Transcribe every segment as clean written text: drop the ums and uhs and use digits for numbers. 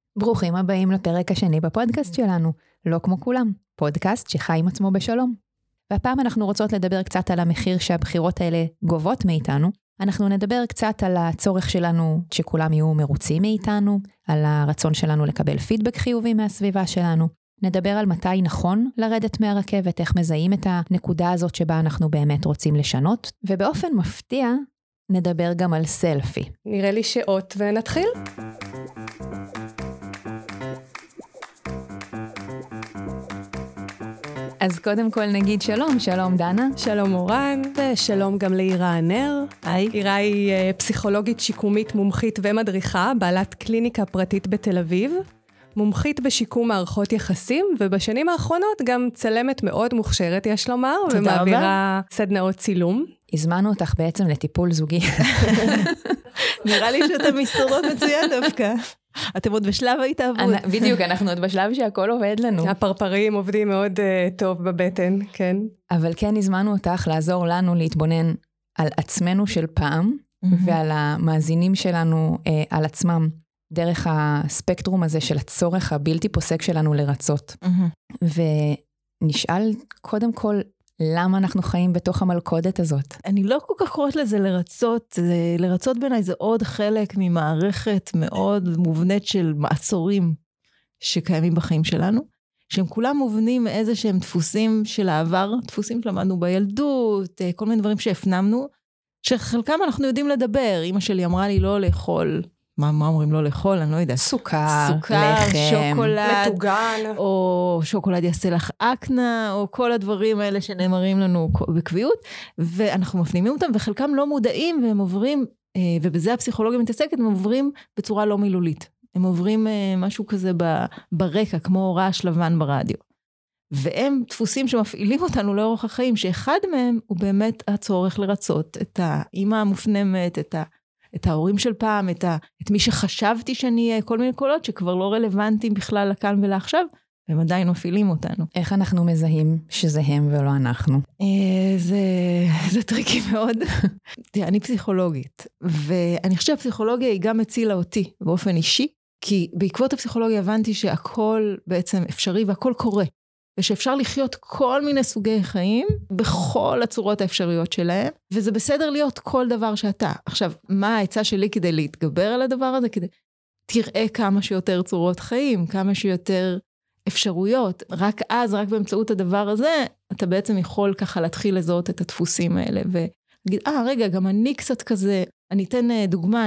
ברוכים הבאים לפרק השני בפודקאסט שלנו, לא כמו כולם, פודקאסט שחי עם עצמו בשלום. והפעם אנחנו רוצות לדבר קצת על המחיר שהבחירות האלה גובות מאיתנו. אנחנו נדבר קצת על הצורך שלנו שכולם יהיו מרוצים מאיתנו, על הרצון שלנו לקבל פידבק חיובי מהסביבה שלנו. נדבר על מתי נכון לרדת מהרכבת, איך מזהים את הנקודה הזאת שבה אנחנו באמת רוצים לשנות, ובאופן מפתיע נדבר גם על סלפי. נראה לי שעות ונתחיל. אז קודם כל נגיד שלום, שלום דנה. שלום אורן, ושלום גם לאירה הנר. היי. אירה היא פסיכולוגית שיקומית מומחית ומדריכה, בעלת קליניקה פרטית בתל אביב, מומחית בשיקום מערכות יחסים, ובשנים האחרונות גם צלמת מאוד מוכשרת, יש לומר, ומעבירה סדנאות צילום. הזמנו אותך בעצם לטיפול זוגי. נראה לי שאתה מסתדרות מצוין דווקא. אתם עוד בשלב ההתאהבות. בדיוק, אנחנו עוד בשלב שהכל עובד לנו. הפרפרים עובדים מאוד טוב בבטן, כן. אבל כן הזמנו אותך לעזור לנו להתבונן על עצמנו של פעם, ועל המאזינים שלנו על עצמם, דרך הספקטרום הזה של הצורך הבלתי פוסק שלנו לרצות. ונשאל קודם כל, למה אנחנו חיים בתוך המלכודת הזאת? אני לא כל כך קוראת לזה לרצות, לרצות בעיניי זה עוד חלק ממערכת מאוד מובנית של מעצורים שקיימים בחיים שלנו, שהם כולם מובנים מאיזה שהם דפוסים של העבר, דפוסים שלמדנו בילדות, כל מיני דברים שהפנמנו, שחלקם אנחנו יודעים לדבר. אמא שלי אמרה לי לא לאכול, מה אומרים לא לאכול? אני לא יודע. סוכר, לחם, שוקולד, מטוגן. או שוקולד יעשה לך אקנה, או כל הדברים האלה שנאמרים לנו בקביעות, ואנחנו מפנימים אותם, וחלקם לא מודעים, והם עוברים, ובזה הפסיכולוגיה מתעסקת, הם עוברים בצורה לא מילולית. הם עוברים משהו כזה ברקע, כמו רעש לבן ברדיו. והם דפוסים שמפעילים אותנו לאורך החיים, שאחד מהם הוא באמת הצורך לרצות את האמא המופנמת, את ההורים של פעם, את מי שחשבתי שאני אהיה, כל מיני קולות שכבר לא רלוונטיים בכלל לכאן ולעכשיו, והם עדיין מפעילים אותנו. איך אנחנו מזהים שזה הם ולא אנחנו? זה טריקי מאוד. תראה, אני פסיכולוגית, ואני חושבת שהפסיכולוגיה היא גם הצילה אותי באופן אישי, כי בעקבות הפסיכולוגיה הבנתי שהכל בעצם אפשרי והכל קורה, ושאפשר לחיות כל מיני סוגי חיים בכל הצורות האפשריות שלהם, וזה בסדר להיות כל דבר שאתה. עכשיו, מה העצה שלי כדי להתגבר על הדבר הזה? כדי תראה כמה שיותר צורות חיים, כמה שיותר אפשרויות. רק אז, רק באמצעות הדבר הזה, אתה בעצם יכול ככה להתחיל לזהות את הדפוסים האלה, ולהגיד, רגע, גם אני קצת כזה, אני אתן דוגמה,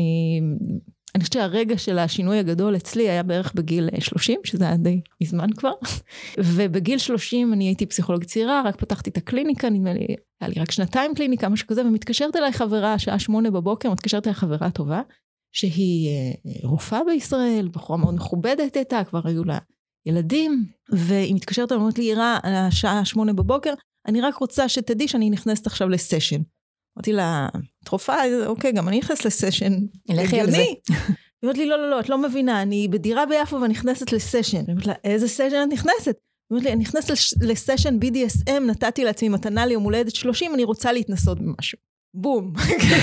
אני חושבת שהרגע של השינוי הגדול אצלי היה בערך בגיל 30, שזה היה די מזמן כבר, ובגיל 30 אני הייתי פסיכולוגית צעירה, רק פתחתי את הקליניקה, נדמה לי, היה לי רק 2 קליניקה, משהו כזה, ומתקשרת אליי חברה, שעה 8 בבוקר, מתקשרת אליי חברה טובה, שהיא רופאה בישראל, בחורה מאוד מכובדת הייתה, כבר היו לה ילדים, והיא מתקשרת אליי, אומרת לי, אירה, השעה 8 בבוקר, אני רק רוצה שתדעי שאני נכנסת עכשיו לסשן. אמרתי לה, תרופה, אוקיי, גם אני נכנס לסשן. לכי על זה. היא אומרת לי, לא, את לא מבינה, אני בדירה ביפו ואני נכנסת לסשן. אני אומרת לה, איזה סשן את נכנסת? היא אומרת לי, אני נכנסת לסשן BDSM, נתתי לעצמי מתנה ליום הולדת 30, אני רוצה להתנסות במשהו. בום.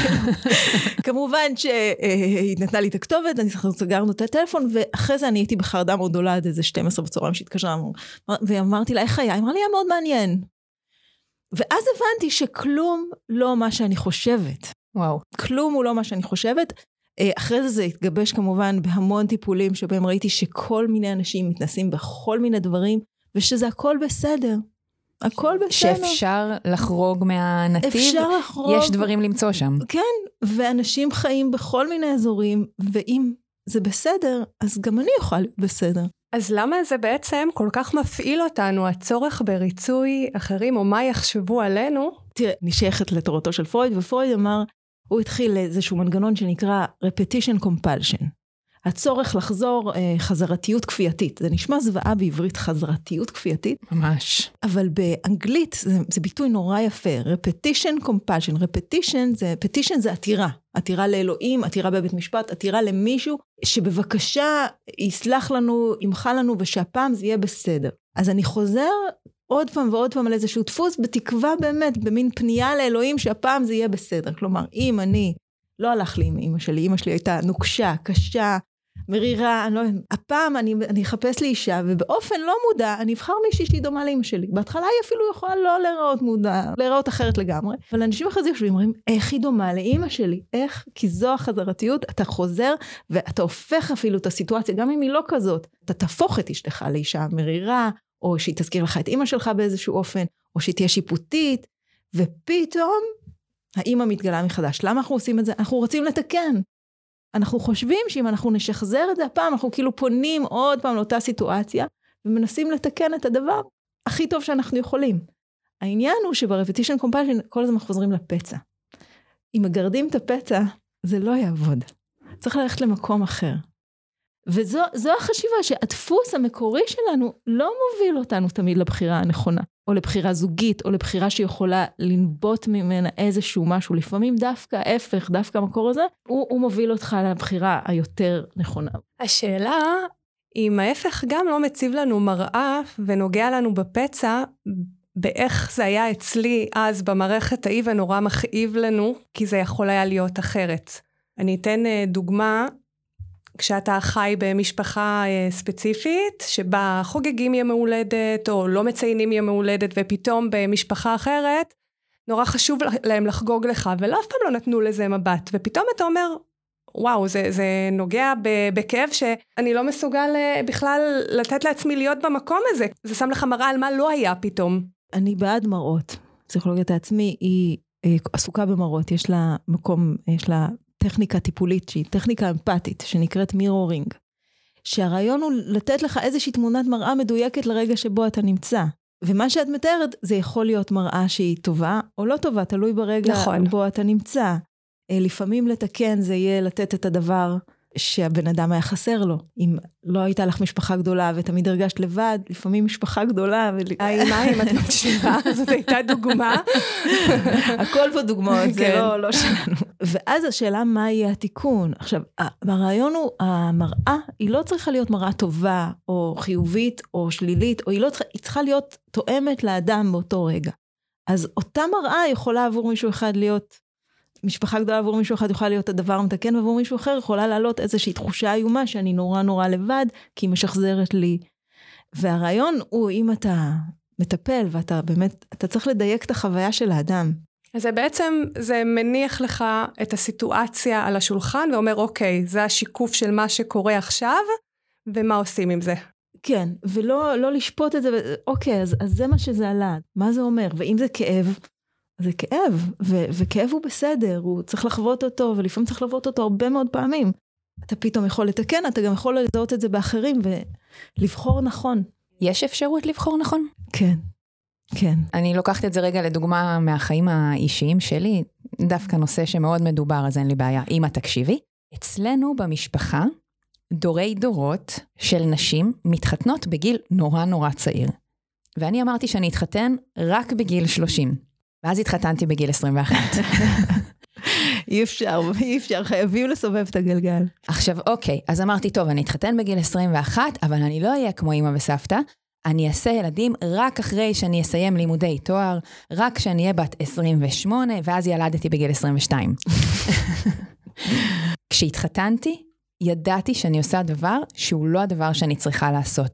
כמובן שהיא נתנה לי את הכתובת, סגרנו את הטלפון, ואחרי זה אני הייתי בחרדה מאוד גדולה עד איזה 12 בצהריים שהתקשרה, ואמרתי לה, איך היה? היא אמרה לי, היה מאוד מעניין. ואז הבנתי שכלום לא מה שאני חושבת. וואו. כלום הוא לא מה שאני חושבת. אחרי זה התגבש כמובן בהמון טיפולים שבהם ראיתי שכל מיני אנשים מתנסים בכל מיני דברים, ושזה הכל בסדר. הכל בסדר. שאפשר לחרוג מהנתיב. אפשר לחרוג. יש דברים למצוא שם. כן, ואנשים חיים בכל מיני אזורים, ואם זה בסדר, אז גם אני אוכל להיות בסדר. אז למה זה בעצם כל כך מפעיל אותנו, הצורך בריצוי אחרים, או מה יחשבו עלינו? תראה, אני שייכת לתורתו של פרויד, ופרויד אמר, הוא התחיל איזשהו מנגנון שנקרא repetition compulsion. הצורך לחזור חזרתיות כפייתית. זה נשמע זוועה בעברית חזרתיות כפייתית. ממש. אבל באנגלית זה ביטוי נורא יפה. repetition compulsion. repetition זה עתירה. עתירה לאלוהים, עתירה בבית משפט, עתירה למישהו שבבקשה יסלח לנו, ימחה לנו, ושהפעם זה יהיה בסדר. אז אני חוזר עוד פעם ועוד פעם על איזשהו דפוס, בתקווה באמת, במין פנייה לאלוהים שהפעם זה יהיה בסדר. כלומר, אם אני, לא הלך לי עם אמא שלי הייתה נוקשה, קשה, מרירה, הפעם אני אחפש לי אישה, ובאופן לא מודע, אני אבחר מישהי שהיא דומה לאמא שלי. בהתחלה היא אפילו יכולה לא להיראות מודע, להיראות אחרת לגמרי, אבל אנשים אחרי זה יושבים, אומרים, איך היא דומה לאמא שלי? איך? כי זו החזרתיות, אתה חוזר, ואתה הופך אפילו את הסיטואציה, גם אם היא לא כזאת, אתה תהפוך את אשתך לאישה מרירה, או שהיא תזכיר לך את אמא שלך באיזשהו אופן, או שהיא תהיה שיפוטית, ופתאום האמא מתגלה מחדש. למה אנחנו עושים את זה? אנחנו רוצים לתקן. אנחנו חושבים שאם אנחנו נשחזר את זה הפעם, אנחנו כאילו פונים עוד פעם לאותה סיטואציה, ומנסים לתקן את הדבר הכי טוב שאנחנו יכולים. העניין הוא שברפטישן קומפלשן כל הזמן חוזרים לפצע. אם מגרדים את הפצע, זה לא יעבוד. צריך ללכת למקום אחר. וזו החשיבה שהדפוס המקורי שלנו לא מוביל אותנו תמיד לבחירה הנכונה, או לבחירה זוגית, או לבחירה שיכולה לנבוט ממנה איזשהו משהו, לפעמים דווקא ההפך, דווקא המקור הזה, הוא מוביל אותך לבחירה היותר נכונה. השאלה, אם ההפך גם לא מציב לנו מראה, ונוגע לנו בפצע, באיך זה היה אצלי אז במערכת ההיא, ונורא מכאיב לנו, כי זה יכול היה להיות אחרת. אני אתן דוגמה, כשאתה חי במשפחה ספציפית, שבה חוגגים יום הולדת, או לא מציינים יום הולדת, ופתאום במשפחה אחרת, נורא חשוב להם לחגוג לך, ולא אף פעם לא נתנו לזה מבט, ופתאום אתה אומר, וואו, זה נוגע בכאב, שאני לא מסוגל בכלל לתת לעצמי להיות במקום הזה, זה שם לך מראה על מה לא היה פתאום. אני בעד מראות, פסיכולוגיית העצמי היא עסוקה במראות, יש לה מקום, יש לה טכניקה טיפולית, שהיא טכניקה אמפתית, שנקראת מירורינג, שהרעיון הוא לתת לך איזושהי תמונת מראה מדויקת לרגע שבו אתה נמצא. ומה שאת מתארת, זה יכול להיות מראה שהיא טובה, או לא טובה, תלוי ברגע בו אתה נמצא. לפעמים לתקן זה יהיה לתת את הדבר שהבן אדם היה חסר לו. אם לא הייתה לך משפחה גדולה ותמיד הרגשת לבד, לפעמים משפחה גדולה. אם את מקשיבה, זאת הייתה דוגמה. הכל פה דוגמאות, זה לא שלנו. ואז השאלה מה יהיה התיקון. עכשיו, הרעיון הוא, המראה, היא לא צריכה להיות מראה טובה, או חיובית, או שלילית, או היא צריכה להיות תואמת לאדם באותו רגע. אז אותה מראה יכולה עבור מישהו אחד להיות משפחה גדולה עבור מישהו אחד יכולה להיות הדבר המתקן, ועבור מישהו אחר יכולה לעלות איזושהי תחושה איומה, שאני נורא נורא לבד, כי היא משחזרת לי. והרעיון הוא, אם אתה מטפל, ואתה באמת, אתה צריך לדייק את החוויה של האדם. אז זה בעצם, זה מניח לך את הסיטואציה על השולחן, ואומר, אוקיי, זה השיקוף של מה שקורה עכשיו, ומה עושים עם זה? כן, ולא לשפוט את זה, אוקיי, אז זה מה שזה עלה. מה זה אומר? ואם זה כאב, זה כאב, וכאב הוא בסדר, הוא צריך לחוות אותו, ולפעמים צריך לחוות אותו הרבה מאוד פעמים. אתה פתאום יכול לתקן, אתה גם יכול לזהות את זה באחרים, ולבחור נכון. יש אפשרות לבחור נכון? כן, כן. אני לוקחת את זה רגע לדוגמה מהחיים האישיים שלי, דווקא נושא שמאוד מדובר, אז אין לי בעיה. אמא, תקשיבי, אצלנו במשפחה, דורי דורות של נשים מתחתנות בגיל נורא נורא צעיר. ואני אמרתי שאני אתחתן רק בגיל 30. ואז התחתנתי בגיל 21. אי אפשר, חייבים לסובב את הגלגל. עכשיו, אוקיי, אז אמרתי, טוב, אני אתחתן בגיל 21, אבל אני לא אהיה כמו אמא וסבתא, אני אעשה ילדים רק אחרי שאני אסיים לימודי תואר, רק כשאני אהיה בת 28, ואז ילדתי בגיל 22. כשהתחתנתי, ידעתי שאני עושה דבר שהוא לא הדבר שאני צריכה לעשות.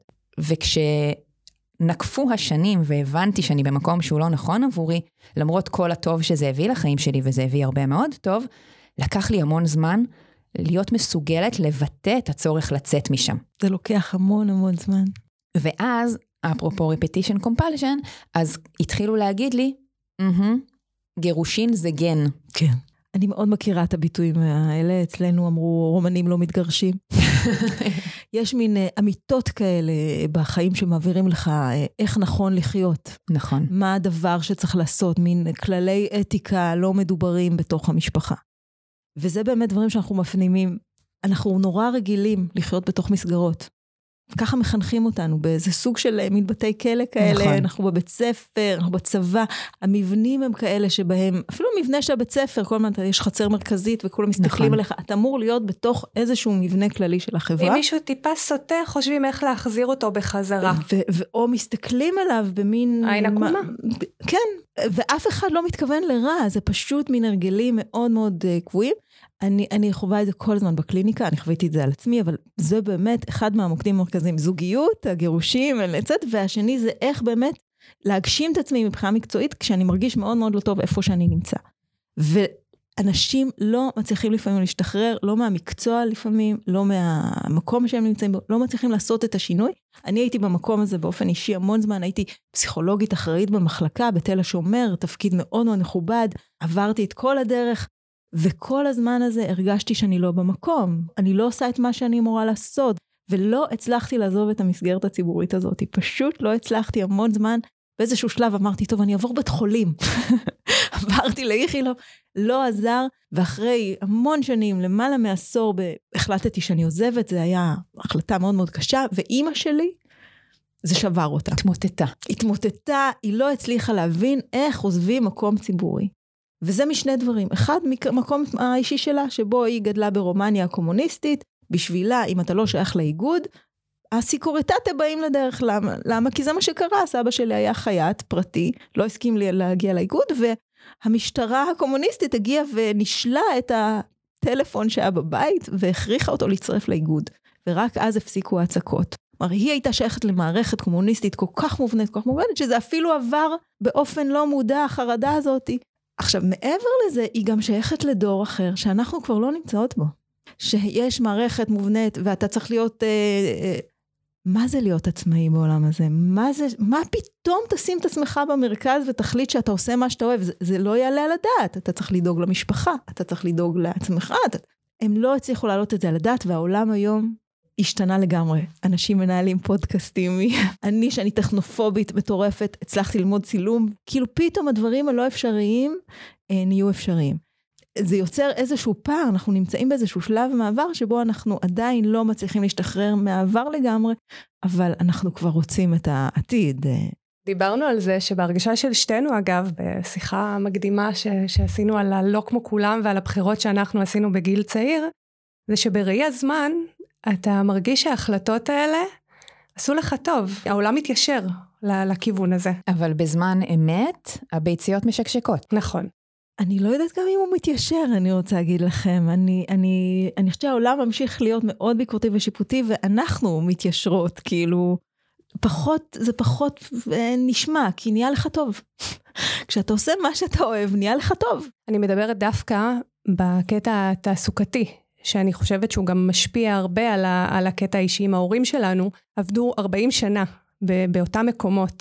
נקפו השנים והבנתי שאני במקום שהוא לא נכון עבורי, למרות כל הטוב שזה הביא לחיים שלי, וזה הביא הרבה מאוד טוב, לקח לי המון זמן להיות מסוגלת לבטא את הצורך לצאת משם. זה לוקח המון המון זמן. ואז, אפרופו repetition compulsion, אז התחילו להגיד לי, גירושין זה גן. כן. אני מאוד מכירה את הביטויים האלה, אצלנו אמרו רומנים לא מתגרשים. יש מין אמיתות כאלה בחיים שמעבירים לך איך נכון לחיות. נכון. מה הדבר שצריך לעשות, מין כללי אתיקה לא מדוברים בתוך המשפחה. וזה באמת דברים שאנחנו מפנימים. אנחנו נורא רגילים לחיות בתוך מסגרות. ככה מחנכים אותנו באיזה סוג של מין בתי כלא כאלה, נכון. אנחנו בבית ספר, אנחנו בצבא, המבנים הם כאלה שבהם, אפילו מבנה של הבית ספר, כל הזמן יש חצר מרכזית וכולם מסתכלים עליך, אתה אמור להיות בתוך איזשהו מבנה כללי של החברה. אם מישהו טיפה סוטה, חושבים איך להחזיר אותו בחזרה. או מסתכלים עליו במין... עין עקומה. כן, ואף אחד לא מתכוון לרע, זה פשוט מין הרגלים מאוד מאוד קבועים. אני חווה את זה כל הזמן בקליניקה, אני חוויתי את זה על עצמי, אבל זה באמת אחד מהמוקדים המרכזיים, זוגיות, הגירושים, והשני זה איך באמת להגשים את עצמי מבחינה מקצועית, כשאני מרגיש מאוד מאוד לא טוב איפה שאני נמצא. ואנשים לא מצליחים לפעמים להשתחרר, לא מהמקצוע לפעמים, לא מהמקום שהם נמצאים בו, לא מצליחים לעשות את השינוי. אני הייתי במקום הזה באופן אישי המון זמן, הייתי פסיכולוגית אחראית במחלקה, בתל השומר, תפקיד מאוד מאוד מכובד, עברתי את כל הדרך, וכל הזמן הזה הרגשתי שאני לא במקום, אני לא עושה את מה שאני אמורה לעשות, ולא הצלחתי לעזוב את המסגרת הציבורית הזאת, פשוט לא הצלחתי המון זמן, באיזשהו שלב אמרתי, טוב, אני אעבור בית חולים, עברתי לאיכילוב, לא עזר, ואחרי המון שנים, למעלה מעשור, החלטתי שאני עוזבת, זה היה החלטה מאוד מאוד קשה, ואימא שלי, זה שבר אותה. התמוטטה, היא לא הצליחה להבין איך עוזבים מקום ציבורי. וזה משני דברים. אחד, מקום האישי שלה, שבו היא גדלה ברומניה הקומוניסטית, בשבילה, אם אתה לא שייך לאיגוד, הסיקוריטטה באים לדרך. למה? כי זה מה שקרה. סבא שלי היה חייט פרטי, לא הסכים לי להגיע לאיגוד, והמשטרה הקומוניסטית הגיעה ונשלה את הטלפון שהיה בבית, והכריחה אותו להצטרף לאיגוד. ורק אז הפסיקו ההצקות. כלומר, היא הייתה שייכת למערכת קומוניסטית כל כך מובנית, כל כך מובנת, שזה אפילו עבר באופן לא מודע, החרדה הזאת. עכשיו, מעבר לזה, היא גם שייכת לדור אחר, שאנחנו כבר לא נמצאות בו. שיש מערכת מובנית, ואתה צריך להיות, מה זה להיות עצמאי בעולם הזה? מה פתאום תשים את עצמך במרכז, ותחליט שאתה עושה מה שאתה אוהב? זה לא יעלה על הדעת. אתה צריך לדאוג למשפחה, אתה צריך לדאוג לעצמך. הם לא הצליחו להעלות את זה על הדעת, והעולם היום השתנה לגמרי. אנשים מנהלים פודקאסטים, אני שאני טכנופובית מטורפת, הצלחתי ללמוד צילום, כאילו פתאום הדברים הלא אפשריים נהיו אפשריים. זה יוצר איזשהו פער, אנחנו נמצאים באיזשהו שלב מעבר, שבו אנחנו עדיין לא מצליחים להשתחרר מעבר לגמרי, אבל אנחנו כבר רוצים את העתיד. דיברנו על זה שבהרגשה של שתינו, אגב, בשיחה מקדימה שעשינו על הלא כמו כולם, ועל הבחירות שאנחנו עשינו בגיל צעיר, זה שבראי הזמן, אתה מרגיש שההחלטות האלה עשו לך טוב. העולם מתיישר לכיוון הזה. אבל בזמן אמת, הביציות משקשקות. נכון. אני לא יודעת גם אם הוא מתיישר, אני רוצה להגיד לכם. אני חושבת שהעולם ממשיך להיות מאוד ביקורתי ושיפוטי, ואנחנו מתיישרות, כאילו, זה פחות נשמע, כי נהיה לך טוב. כשאתה עושה מה שאתה אוהב, נהיה לך טוב. אני מדברת דווקא בקטע התעסוקתי, שאני חושבת שהוא גם משפיע הרבה על הקטע האישי. עם ההורים שלנו עבדו 40 שנה באותם מקומות.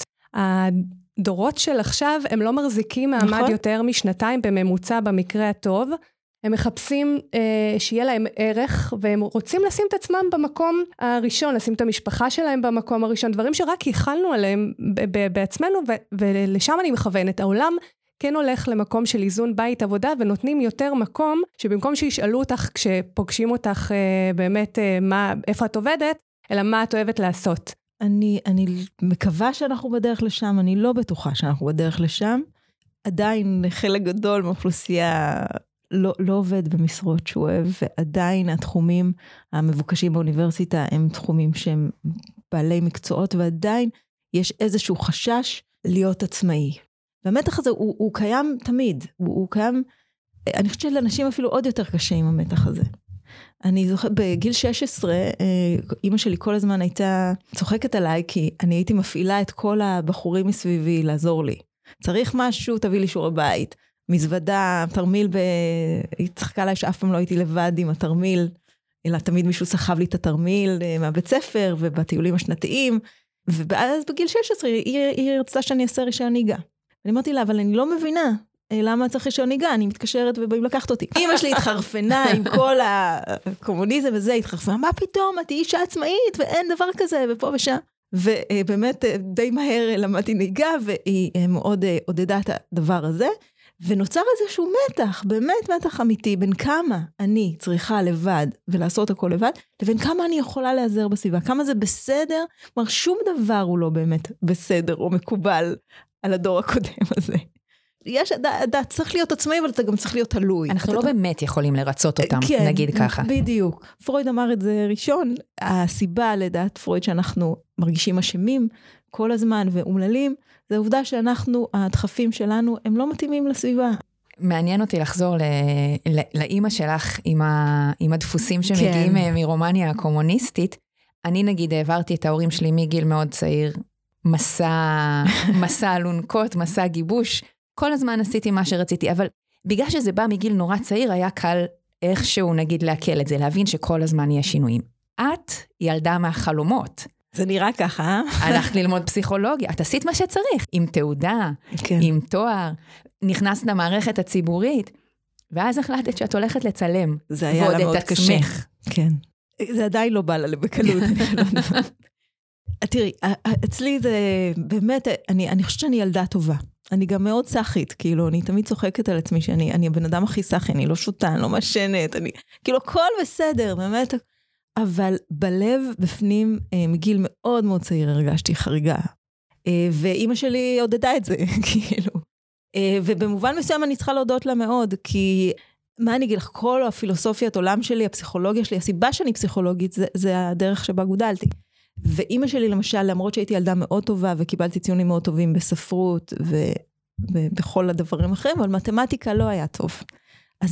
הדורות של עכשיו הם לא מחזיקים מעמד יותר משנתיים בממוצע במקרה הטוב. הם מחפשים שיהיה להם ערך, והם רוצים לשים את עצמם במקום הראשון, לשים את המשפחה שלהם במקום הראשון, דברים שרק ייחלנו עליהם בעצמנו, ולשם אני מכוונת. העולם כן הולך למקום של איזון בית עבודה, ונותנים יותר מקום, שבמקום שישאלו אותך כשפוגשים אותך באמת איפה את עובדת, אלא מה את אוהבת לעשות. אני מקווה שאנחנו בדרך לשם, אני לא בטוחה שאנחנו בדרך לשם. עדיין חלק גדול מאוכלוסייה לא עובד במשרות שהוא אוהב, ועדיין התחומים המבוקשים באוניברסיטה הם תחומים שהם בעלי מקצועות, ועדיין יש איזשהו חשש להיות עצמאי. והמתח הזה הוא קיים תמיד, הוא קיים, אני חושבת שלאנשים אפילו עוד יותר קשה עם המתח הזה. אני זוכרת, בגיל 16, אמא שלי כל הזמן הייתה צוחקת עליי, כי אני הייתי מפעילה את כל הבחורים מסביבי לעזור לי. צריך משהו, תביא לי שיעורי בית. מזוודה, תרמיל, היא צחקה עליי שאף פעם לא הייתי לבד עם התרמיל, אלא תמיד מישהו סחב לי את התרמיל מהבית ספר, ובטיולים השנתיים, ואז בגיל 16 היא רצתה שאני אעשה רישיון נהיגה. אני אמרתי לה, אבל אני לא מבינה, למה צריך רישיון נהיגה? אני מתקשרת ובאים לקחת אותי. אמא שלי התחרפנה עם כל הקומוניזם וזה, התחרפנה, מה פתאום, את אישה עצמאית, ואין דבר כזה, ופה ושם. ובאמת די מהר למדתי נהיגה, והיא מאוד עודדה את הדבר הזה, ונוצר איזשהו מתח, באמת מתח אמיתי, בין כמה אני צריכה לבד, ולעשות הכל לבד, לבין כמה אני יכולה להיעזר בסביבה, כמה זה בסדר, כלומר שום דבר הוא לא באמת בסדר, או מקובל על הדור הקודם הזה. אתה צריך להיות עצמאי, אבל אתה גם צריך להיות תלוי. אנחנו לא באמת יכולים לרצות אותם, נגיד ככה. בדיוק. פרויד אמר את זה ראשון, הסיבה לדעת פרויד שאנחנו מרגישים אשמים כל הזמן ואומללים, זה העובדה שאנחנו, הדחפים שלנו, הם לא מתאימים לסביבה. מעניין אותי לחזור לאמא שלך עם הדפוסים שמגיעים מרומניה הקומוניסטית. אני נגיד העברתי את ההורים שלי מגיל מאוד צעיר, מסע אלונקות, מסע גיבוש, כל הזמן עשיתי מה שרציתי, אבל בגלל שזה בא מגיל נורא צעיר, היה קל איכשהו נגיד להקל את זה, להבין שכל הזמן יהיה שינויים. את ילדה מהחלומות. זה נראה ככה, הלכת ללמוד פסיכולוגיה, את עשית מה שצריך, עם תעודה, עם תואר, נכנסת למערכת הציבורית, ואז החלטת שאת הולכת לצלם. זה היה לה מאוד קשה. כן. זה עדיין לא בא לה בקלות. תראי, אצלי זה באמת, אני חושבת שאני ילדה טובה. אני גם מאוד סחית, כאילו, אני תמיד צוחקת על עצמי שאני הבן אדם הכי סחי, אני לא שותה, אני לא משנת, כאילו, הכל בסדר, באמת. אבל בלב, בפנים, מגיל מאוד מאוד צעיר הרגשתי חריגה. ואימא שלי עודדה את זה, כאילו. ובמובן מסוים אני צריכה להודות לה מאוד, כי מה אני אגיד לך, כל הפילוסופיית עולם שלי, הפסיכולוגיה שלי, הסיבה שאני פסיכולוגית, זה הדרך שבה גודלתי. ואימא שלי למשל, למרות שהייתי ילדה מאוד טובה, וקיבלתי ציונים מאוד טובים בספרות, ובכל הדברים אחרים, אבל מתמטיקה לא היה טוב. אז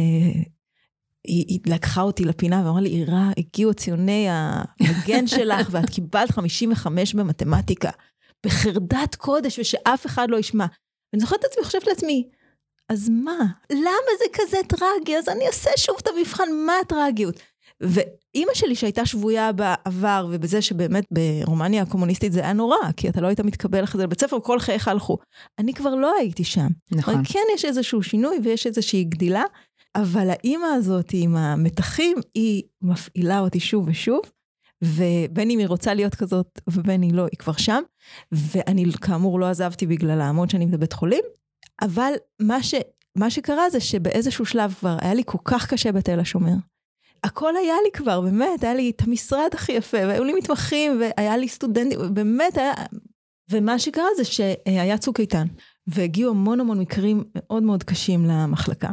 היא לקחה אותי לפינה, ואמרה לי, עירה, הגיעו ציוני המגן שלך, ואת קיבלת 55 במתמטיקה, בחרדת קודש, ושאף אחד לא ישמע. ואני זוכרת את עצמי, חושבת לעצמי, אז מה? למה זה כזה טרגי? אז אני אעשה שוב את המבחן, מה הטרגיות? ואימא שלי שהייתה שבויה בעבר, ובזה שבאמת ברומניה הקומוניסטית זה היה נורא, כי אתה לא היית מתקבל אחרי זה לבית ספר, כל חייך הלכו. אני כבר לא הייתי שם. נכון. כן יש איזשהו שינוי, ויש איזושהי גדילה, אבל האימא הזאת עם המתחים, היא מפעילה אותי שוב ושוב, ובין אם היא רוצה להיות כזאת, ובין אם לא, היא כבר שם, ואני כאמור לא עזבתי בגלל העמוד שאני בבית חולים, אבל מה שקרה זה שבאיזשהו שלב כבר היה לי כל כך קשה בתל השומר. הכל היה לי כבר, באמת, היה לי את המשרד הכי יפה, והיו לי מתמחים, והיה לי סטודנטים, באמת היה... ומה שקרה זה שהיה צוק איתן, והגיעו המון מקרים מאוד מאוד קשים למחלקה,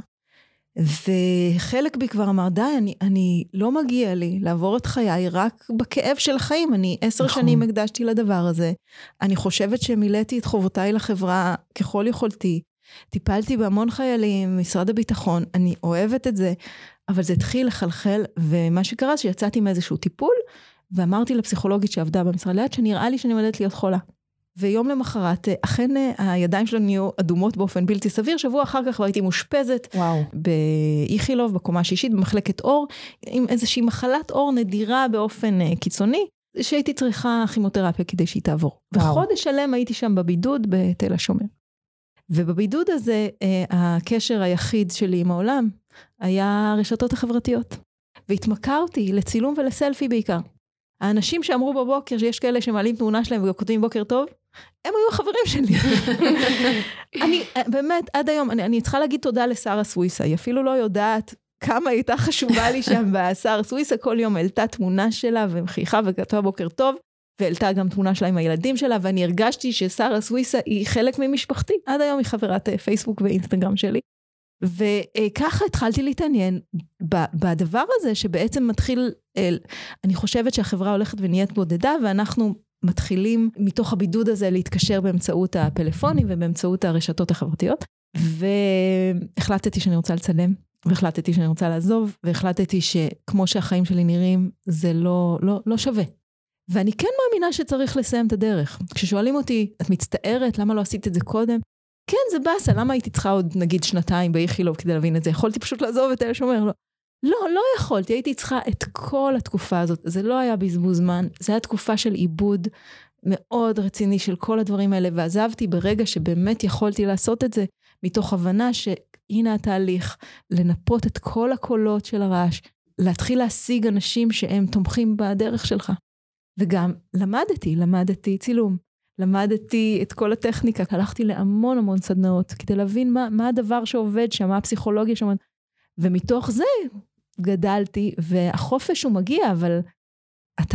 וחלק בי כבר אמר, די, אני לא מגיע לי לעבור את חיי רק בכאב של החיים, אני 10 שנים הקדשתי לדבר הזה, אני חושבת שמילאתי את חובותיי לחברה ככל יכולתי, טיפלתי בהמון חיילים, משרד הביטחון, אני אוהבת את זה, אבל זה התחיל לחלחל, ומה שקרה שיצאתי מאיזשהו טיפול, ואמרתי לפסיכולוגית שעבדה במשרד ליד, שנראה לי שאני עומדת להיות חולה. ויום למחרת, אכן הידיים שלנו נהיו אדומות באופן בלתי סביר, שבוע אחר כך הייתי מושפזת, באיכילוב, בקומה השישית, במחלקת אור, עם איזושהי מחלת אור נדירה באופן קיצוני, שהייתי צריכה כימותרפיה כדי שהיא תעבור. וחודש שלם הייתי שם בבידוד בתל השומר. ובבידוד הזה, הקשר היחיד שלי עם העולם, היה הרשתות החברתיות. והתמכרתי לצילום ולסלפי בעיקר. האנשים שאמרו בבוקר שיש כאלה שמעלים תמונה שלהם וכותבים בוקר טוב, הם היו החברים שלי. אני באמת, עד היום, אני צריכה להגיד תודה לשרה סוויסה, היא אפילו לא יודעת כמה הייתה חשובה לי שם בשרה סוויסה, כל יום העלתה תמונה שלה ומחיכה וכתבה בוקר טוב, והעלתה גם תמונה שלה עם הילדים שלה, ואני הרגשתי ששרה סוויסה היא חלק ממשפחתי, עד היום היא חברת פייסבוק ואינסטגרם שלי. וככה התחלתי להתעניין בדבר הזה שבעצם מתחיל, אני חושבת שהחברה הולכת ונהיית בודדה, ואנחנו מתחילים מתוך הבידוד הזה להתקשר באמצעות הפלאפונים ובאמצעות הרשתות החברתיות, והחלטתי שאני רוצה לצלם, והחלטתי שאני רוצה לעזוב, והחלטתי שכמו שהחיים שלי נראים, זה לא שווה. ואני כן מאמינה שצריך לסיים את הדרך. כששואלים אותי, את מצטערת, למה לא עשית את זה קודם? כן, זה בסה, למה הייתי צריכה עוד נגיד 2 באיכילוב כדי להבין את זה? יכולתי פשוט לעזוב את תל השומר, לא יכולתי, הייתי צריכה את כל התקופה הזאת, זה לא היה בזבוז זמן, זה היה תקופה של עיבוד מאוד רציני של כל הדברים האלה, ועזבתי ברגע שבאמת יכולתי לעשות את זה, מתוך הבנה שהנה התהליך, לנפות את כל הקולות של הרעש, להתחיל להשיג אנשים שהם תומכים בדרך שלך. וגם למדתי צילום. למדתי את כל הטכניקה, הלכתי להמון סדנאות, כדי להבין מה הדבר שעובד שם, מה הפסיכולוגיה שם, ומתוך זה גדלתי, והחופש הוא מגיע, אבל אתה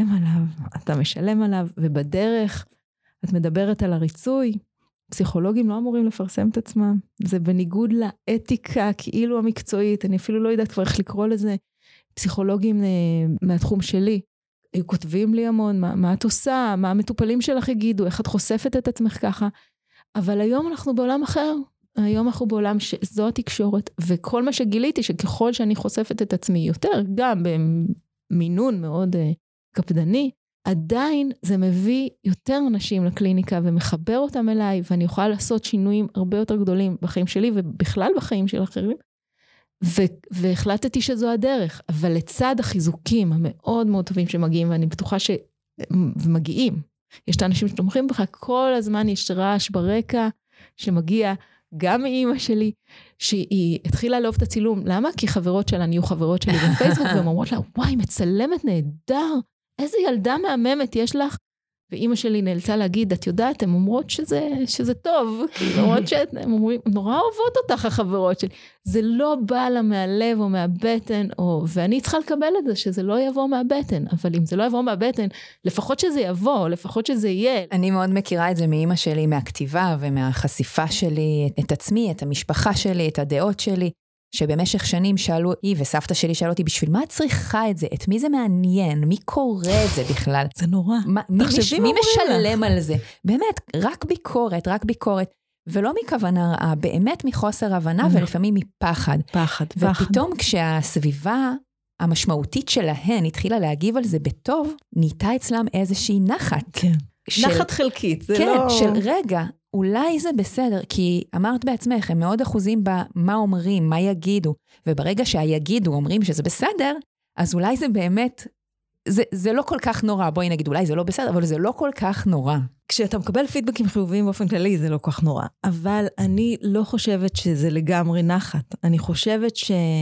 משלם עליו, ובדרך את מדברת על הריצוי, פסיכולוגים לא אמורים לפרסם את עצמם, זה בניגוד לאתיקה, כאילו המקצועית, אני אפילו לא יודעת כבר איך לקרוא לזה, פסיכולוגים מהתחום שלי, כותבים לי המון, מה את עושה, מה המטופלים שלך יגידו, איך את חושפת את עצמך ככה, אבל היום אנחנו בעולם אחר, היום אנחנו בעולם שזו התקשורת, וכל מה שגיליתי שככל שאני חושפת את עצמי יותר, גם במינון מאוד קפדני, עדיין זה מביא יותר אנשים לקליניקה ומחבר אותם אליי, ואני יכולה לעשות שינויים הרבה יותר גדולים בחיים שלי ובכלל בחיים של אחרים, והחלטתי שזו הדרך, אבל לצד החיזוקים המאוד מאוד טובים שמגיעים, ואני בטוחה שמגיעים, יש את האנשים שתומכים בך, כל הזמן יש רעש ברקע שמגיע גם מאמא שלי, שהיא התחילה לאהוב את הצילום. למה? כי חברות שלה נהיו חברות שלי בפייסבוק, והן אומרות לה, וואי, מצלמת נהדר, איזה ילדה מהממת יש לך? ואמא שלי נאלצה להגיד, את יודעת, הן אומרות שזה טוב, אומרות שהן נורא אוהבות אותך החברות שלי. זה לא בא לה מהלב או מהבטן, ואני צריכה לקבל את זה, שזה לא יבוא מהבטן, אבל אם זה לא יבוא מהבטן, לפחות שזה יבוא, לפחות שזה יהיה. אני מאוד מכירה את זה מאמא שלי, מהכתיבה ומהחשיפה שלי, את עצמי, את המשפחה שלי, את הדעות שלי, שבמשך שנים שאלו, היא וסבתא שלי שאלו אותי, בשביל מה את צריכה את זה? את מי זה מעניין? מי קורא את זה בכלל? זה נורא. מי משלם על זה? באמת, רק ביקורת, ולא מכוונה רעה, באמת מחוסר הבנה, ולפעמים מפחד. פחד. ופתאום כשהסביבה המשמעותית שלהן התחילה להגיב על זה בטוב, נהייתה אצלם איזושהי נחת. כן. נחת חלקית, זה כן, לא... של רגע, אולי זה בסדר, כי אמרת בעצמך, הם מאוד אחוזים במה אומרים, מה יגידו, וברגע שהיגידו אומרים שזה בסדר, אז אולי זה באמת, זה לא כל כך נורא, בואי נגיד, אולי זה לא בסדר, אבל זה לא כל כך נורא. כשאתה מקבל פידבקים חיוביים באופן כללי, זה לא כל כך נורא, אבל אני לא חושבת שזה לגמרי נחת, אני חושבת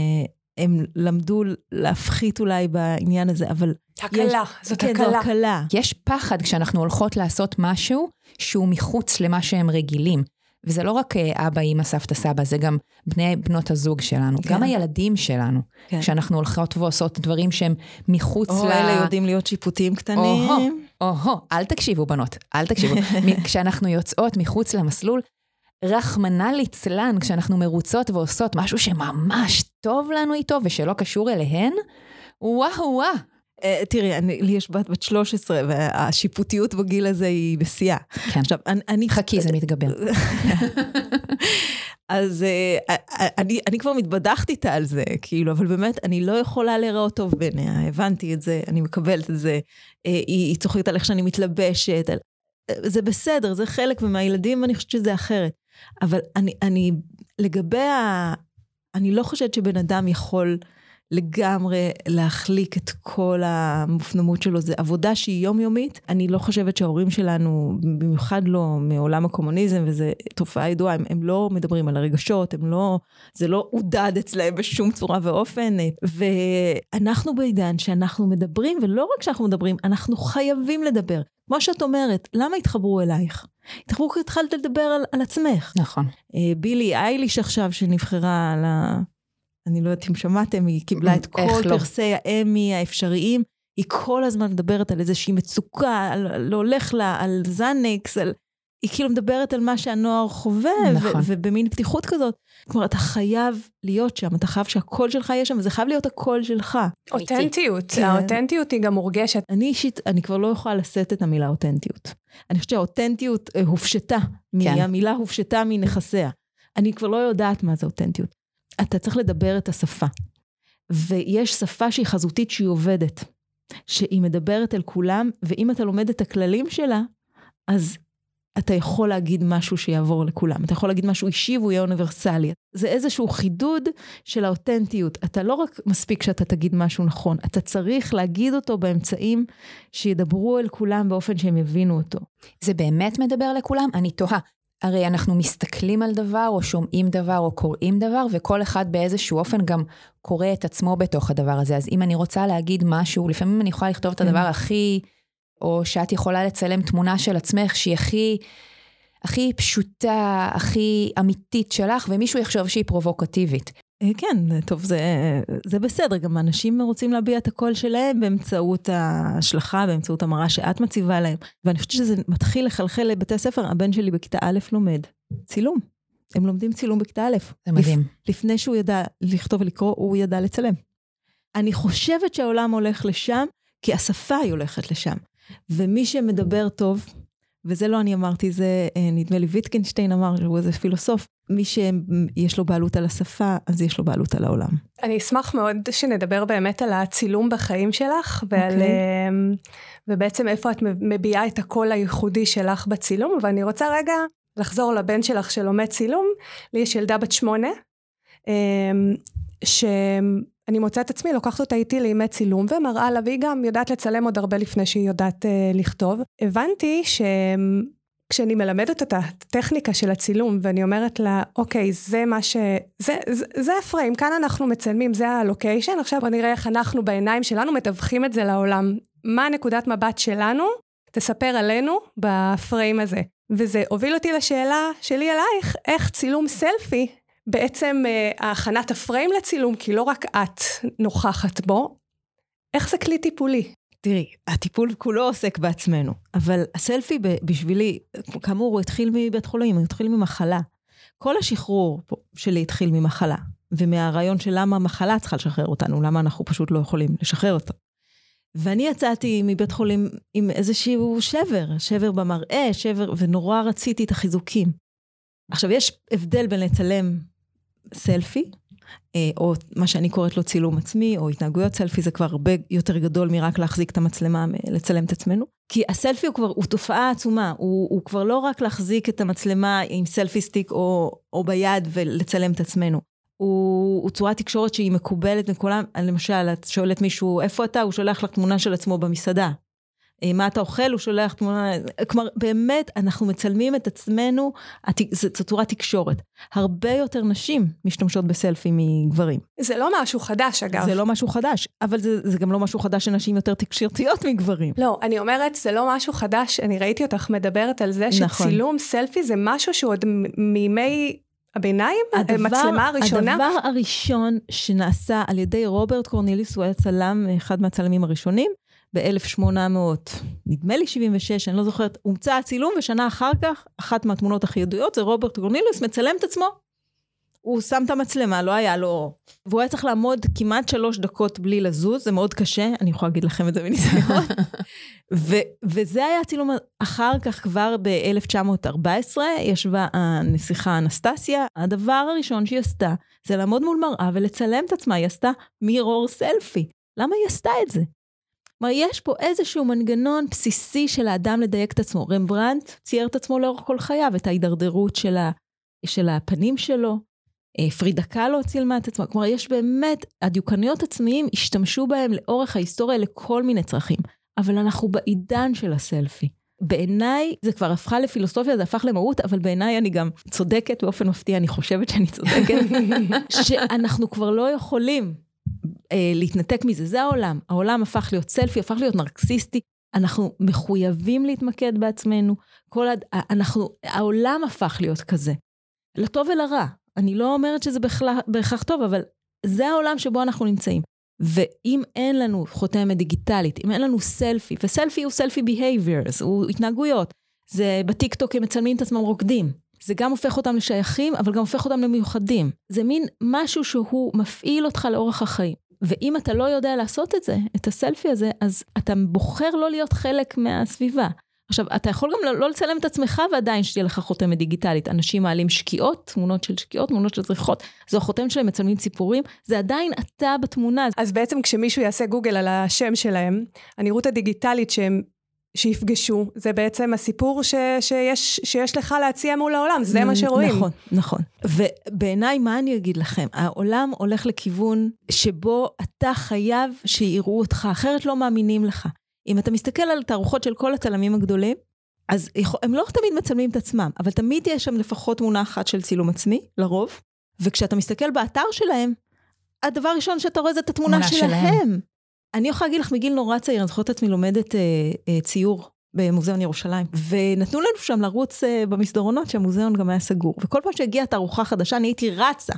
הם למדו להפחית אולי בעניין הזה, אבל... הקלה, זאת הקלה. יש פחד כשאנחנו הולכות לעשות משהו שהוא מחוץ למה שהם רגילים. וזה לא רק אבא, אמא, סבתא, סבא, זה גם בנות הזוג שלנו, גם הילדים שלנו. כשאנחנו הולכות ועושות דברים שהם מחוץ אלה יודעים להיות שיפוטיים קטנים. אל תקשיבו בנות, אל תקשיבו. כשאנחנו יוצאות מחוץ למסלול, רחמנא ליצלן, כשאנחנו מרוצות ועושות משהו שממש טוב לנו איתו, ושלא קשור אליהן, וואו. תראי, לי יש בת 13, והשיפוטיות בגיל הזה היא בשיאה. כן. עכשיו, חכי, זה מתגבר. אז אני כבר מתבדחת איתה על זה, כאילו, אבל באמת, אני לא יכולה להיראות טוב בעיניה, הבנתי את זה, אני מקבלת את זה, היא צוחקת על איך שאני מתלבשת, זה בסדר, זה חלק, ומהילדים אני חושבת שזה אחרת. אבל אני לא חושבת שבן אדם יכול לגמרי להחליק את כל המופנמות שלו, זה עבודה שהיא יומיומית, אני לא חושבת שההורים שלנו, במיוחד לא מעולם הקומוניזם, וזו תופעה ידועה, הם לא מדברים על הרגשות, זה לא עודד אצלהם בשום צורה ואופן, ואנחנו בעידן שאנחנו מדברים, ולא רק שאנחנו מדברים, אנחנו חייבים לדבר. כמו שאת אומרת, למה התחברו אלייך? התחברו כי התחלת לדבר על עצמך. נכון. בילי אייליש עכשיו שנבחרה על אני לא יודעת אם שמעתם, היא קיבלה את כל פרסי האמי האפשריים, היא כל הזמן מדברת על איזושהי מצוקה, לא הולך לה, על זנקס, היא כאילו מדברת על מה שהנוער חווה, ובמין פתיחות כזאת. כלומר, אתה חייב להיות שם, אתה חייב שהקול שלך יהיה שם, וזה חייב להיות הקול שלך. אותנטיות, האותנטיות היא גם מורגשת. אני אישית, אני כבר לא יכולה לשאת את המילה אותנטיות. אני חושבת שהאותנטיות הופשטה, המילה הופשטה מנכסיה. אני כבר לא יודעת מה זה אותנטיות. אתה צריך לדבר את השפה. ויש שפה שהיא חזותית שהיא עובדת, שהיא מדברת אל כולם, ואם אתה לומד את הכללים שלה, אז אתה יכול להגיד משהו שיעבור לכולם. אתה יכול להגיד משהו אישי והוא יהיה אוניברסלי. זה איזשהו חידוד של האותנטיות. אתה לא רק מספיק שאתה תגיד משהו נכון, אתה צריך להגיד אותו באמצעים שידברו אל כולם באופן שהם יבינו אותו. זה באמת מדבר לכולם? אני תוהה. הרי אנחנו מסתכלים על דבר, או שומעים דבר, או קוראים דבר, וכל אחד באיזשהו אופן גם קורא את עצמו בתוך הדבר הזה. אז אם אני רוצה להגיד משהו, לפעמים אני יכולה לכתוב את הדבר הכי, או שאת יכולה לצלם תמונה של עצמך, שהיא הכי פשוטה, הכי אמיתית שלך, ומישהו יחשוב שהיא פרובוקטיבית. כן, טוב, זה בסדר, גם אנשים רוצים להביע את הקול שלהם באמצעות ההשלכה, באמצעות המראה שאת מציבה להם, ואני חושבת שזה מתחיל לחלחל לבתי הספר, הבן שלי בכיתה א' לומד צילום, הם לומדים צילום בכיתה א', זה מדהים. לפני שהוא ידע לכתוב ולקרוא, הוא ידע לצלם. אני חושבת שהעולם הולך לשם, כי השפה היא הולכת לשם, ומי שמדבר טוב, וזה לא אני אמרתי, זה נדמה לי ויטקנשטיין אמר, שהוא איזה פילוסוף, מי שיש לו בעלות על השפה, אז יש לו בעלות על העולם. אני אשמח מאוד שנדבר באמת על הצילום בחיים שלך, ובעצם איפה את מביעה את הקול הייחודי שלך בצילום, ואני רוצה רגע לחזור לבן שלך שלומד צילום, לי יש ילדה בת 8, שאני מוצאת עצמי, לוקחת אותה איתי לימי צילום, ומראה לה, והיא גם יודעת לצלם עוד הרבה לפני שהיא יודעת לכתוב. הבנתי כשאני מלמדת אותה את הטכניקה של הצילום, ואני אומרת לה, אוקיי, זה מה זה הפריים, כאן אנחנו מצלמים, זה הלוקיישן, עכשיו בוא נראה איך אנחנו בעיניים שלנו מתווכים את זה לעולם. מה נקודת מבט שלנו? תספר עלינו בפריים הזה. וזה הוביל אותי לשאלה שלי עלייך, איך צילום סלפי, בעצם ההכנת הפריים לצילום, כי לא רק את נוכחת בו, איך זה כלי טיפולי? תראי, הטיפול כולו עוסק בעצמנו, אבל הסלפי בשבילי, כאמור, הוא התחיל מבית חולים, הוא התחיל ממחלה. כל השחרור שלי התחיל ממחלה, ומהרעיון של למה המחלה צריכה לשחרר אותנו, למה אנחנו פשוט לא יכולים לשחרר אותה. ואני יצאתי מבית חולים עם איזשהו שבר במראה, ונורא רציתי את החיזוקים. עכשיו, יש הבדל בין לצלם סלפי, או מה שאני קוראת לו צילום עצמי, או התנהגויות סלפי, זה כבר הרבה יותר גדול מרק להחזיק את המצלמה, לצלם את עצמנו. כי הסלפי הוא תופעה עצומה, הוא כבר לא רק להחזיק את המצלמה עם סלפי סטיק או ביד ולצלם את עצמנו. הוא צורת תקשורת שהיא מקובלת מכולם, למשל, את שואלת מישהו, איפה אתה? הוא שולח לך תמונה של עצמו במסעדה. מה אתה אוכל? הוא שולח תמונה, כלומר, באמת, אנחנו מצלמים את עצמנו, זו צורת תקשורת. הרבה יותר נשים משתמשות בסלפי מגברים. זה לא משהו חדש, אגב. זה לא משהו חדש, אבל זה גם לא משהו חדש שנשים יותר תקשורתיות מגברים. לא, אני אומרת, זה לא משהו חדש, אני ראיתי אותך מדברת על זה, שצילום סלפי זה משהו שהוא עוד מימי הביניים, מצלמה הראשונה. הדבר הראשון שנעשה על ידי רוברט קורנליוס, הוא היה צלם, אחד מהצלמים הראשונים, ב-1800, נדמה לי 76, אני לא זוכרת, הומצא הצילום, ושנה אחר כך, אחת מהתמונות הכי ידועות, זה רוברט קורנליוס, מצלם את עצמו. הוא שם את המצלמה, לא היה לו... והוא היה צריך לעמוד כמעט 3 דקות בלי לזוז, זה מאוד קשה, אני יכולה להגיד לכם את זה בניסיון. וזה היה הצילום אחר כך כבר ב-1914, ישבה הנסיכה אנסטסיה, הדבר הראשון שהיא עשתה, זה לעמוד מול מראה ולצלם את עצמה, היא עשתה מירור סלפי. למה היא עשתה את זה? כלומר, יש פה איזשהו מנגנון בסיסי של האדם לדייק את עצמו. רמברנדט צייר את עצמו לאורך כל חייו, את ההידרדרות של הפנים שלו, פרידה קאלו צילמה את עצמו. כלומר, יש באמת, הדיוקניות עצמיים השתמשו בהם לאורך ההיסטוריה לכל מיני צרכים, אבל אנחנו בעידן של הסלפי. בעיניי, זה כבר הפכה לפילוסופיה, זה הפך למהות, אבל בעיניי אני גם צודקת, באופן מפתיע, אני חושבת שאני צודקת, שאנחנו כבר לא יכולים להתנתק מזה, זה העולם. העולם הפך להיות סלפי, הפך להיות נרקסיסטי, אנחנו מחויבים להתמקד בעצמנו, העולם הפך להיות כזה, לטוב ולרע. אני לא אומרת שזה בהכרח טוב, אבל זה העולם שבו אנחנו נמצאים. ואם אין לנו חותמת דיגיטלית, אם אין לנו סלפי, וסלפי הוא סלפי behaviors, הוא התנהגויות, זה בטיק-טוק הם מצלמים את עצמם רוקדים, זה גם הופך אותם לשייכים, אבל גם הופך אותם למיוחדים. זה מין משהו שהוא מפעיל אותך לאורך החיים. ואם אתה לא יודע לעשות את זה, את הסלפי הזה, אז אתה בוחר לא להיות חלק מהסביבה. עכשיו, אתה יכול גם לא לצלם את עצמך, ועדיין שתהיה לך חותמת דיגיטלית. אנשים מעלים שקיעות, תמונות של שקיעות, תמונות של זריחות. זו החותמת שלהם, מצלמים ציפורים. זה עדיין אתה בתמונה. אז בעצם כשמישהו יעשה גוגל על השם שלהם, הנראות הדיגיטלית שיפגשו, זה בעצם הסיפור שיש לך להציע מול העולם, זה מה שרואים. נכון, נכון. ובעיניי, מה אני אגיד לכם? העולם הולך לכיוון שבו אתה חייב שיראו אותך, אחרת לא מאמינים לך. אם אתה מסתכל על תערוכות של כל הצלמים הגדולים, אז הם לא תמיד מצלמים את עצמם, אבל תמיד יש שם לפחות תמונה אחת של צילום עצמי, לרוב, וכשאתה מסתכל באתר שלהם, הדבר הראשון שאתה רואה זה את התמונה שלהם. אני יכולה להגיד לך מגיל נורא צעיר, אני זוכרת עצמי לומדת ציור במוזיאון ירושלים, ונתנו לנו שם לרוץ במסדרונות שהמוזיאון גם היה סגור, וכל פעם שהגיעה תערוכה חדשה, אני הייתי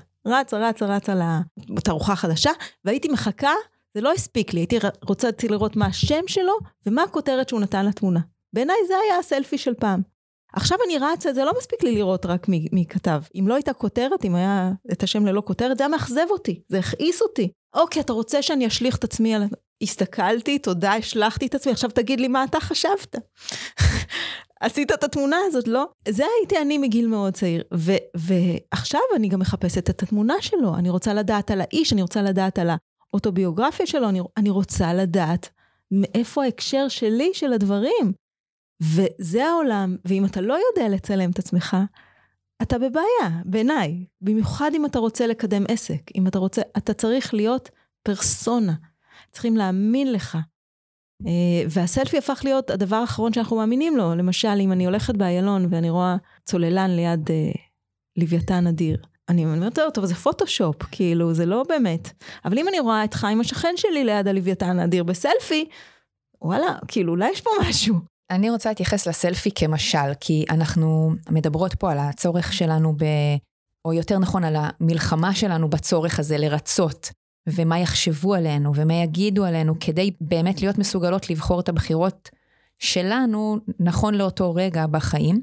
רצה לתערוכה החדשה, והייתי מחכה, זה לא הספיק לי, הייתי רוצה לראות מה השם שלו, ומה הכותרת שהוא נתן לתמונה. בעיניי זה היה הסלפי של פעם. עכשיו אני רצה, זה לא מספיק לי לראות רק מי כתב. אם לא הייתה כותרת, אם היה את השם ללא כותרת, זה היה מאכזב אותי, זה הכעיס אותי. אוקיי, אתה רוצה שאני אשליך את עצמי על... הסתכלתי, תודה, השלחתי את עצמי, עכשיו תגיד לי מה אתה חשבת. עשית את התמונה הזאת, לא? זה הייתי אני מגיל מאוד צעיר, ועכשיו אני גם מחפשת את התמונה שלו, אני רוצה לדעת על האיש, אני רוצה לדעת על האוטוביוגרפיה שלו, אני רוצה לדעת מאיפה ההקשר שלי של הדברים, וזה העולם, ואם אתה לא יודע לצלם את עצמך, אתה בבעיה, בעיניי, במיוחד אם אתה רוצה לקדם עסק, אם אתה רוצה, אתה צריך להיות פרסונה, צריכים להאמין לך, והסלפי הפך להיות הדבר האחרון שאנחנו מאמינים לו, למשל, אם אני הולכת באיילון ואני רואה צוללן ליד לוויתן אדיר, אני אומרת, טוב, זה פוטושופ, כאילו, זה לא באמת, אבל אם אני רואה את חיים השכן שלי ליד הלוויתן האדיר בסלפי, וואלה, כאילו, אולי יש פה משהו. אני רוצה להתייחס לסלפי כמשל, כי אנחנו מדברות פה על הצורך שלנו, או יותר נכון על המלחמה שלנו בצורך הזה לרצות, ומה יחשבו עלינו, ומה יגידו עלינו, כדי באמת להיות מסוגלות לבחור את הבחירות שלנו, נכון לאותו רגע בחיים.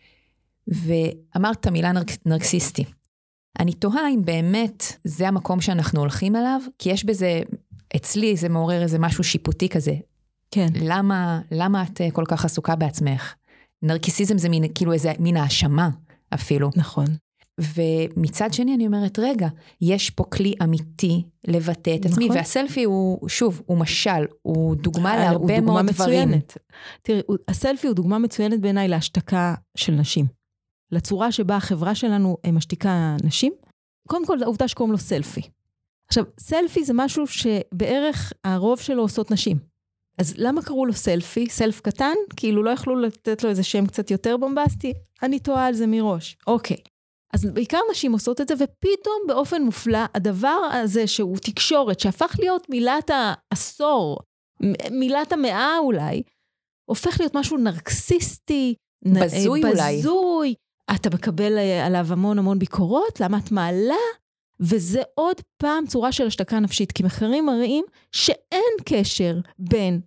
ואמרת מילה נרקסיסטי. אני תוהה אם באמת זה המקום שאנחנו הולכים אליו, כי יש בזה, אצלי זה מעורר איזה משהו שיפוטי כזה. כן. למה את כל כך עסוקה בעצמך? נרקיסיזם זה כאילו איזה מין האשמה אפילו. נכון. ומצד שני אני אומרת, רגע, יש פה כלי אמיתי לבטא את עצמי, והסלפי הוא, שוב, הוא משל, הוא דוגמה להרבה מאוד דברים. תראי, הסלפי הוא דוגמה מצוינת בעיניי להשתקה של נשים. לצורה שבה החברה שלנו משתיקה נשים. קודם כל, העובדה שקוראים לו סלפי. עכשיו, סלפי זה משהו שבערך הרוב שלו עושות נשים. אז למה קראו לו סלפי? סלף קטן? כאילו לא יכלו לתת לו איזה שם קצת יותר בומבסטי? אני טועה על זה מראש. אוקיי. אז בעיקר נשים עושות את זה, ופתאום באופן מופלא, הדבר הזה שהוא תקשורת, שהפך להיות מילת העשור, מילת המאה אולי, הופך להיות משהו נרקסיסטי, בזוי אולי. בזוי, אתה מקבל עליו המון ביקורות, למה את מעלה? וזה עוד פעם צורה של השתקה נפשית, כי מחקרים מראים שאין קשר בין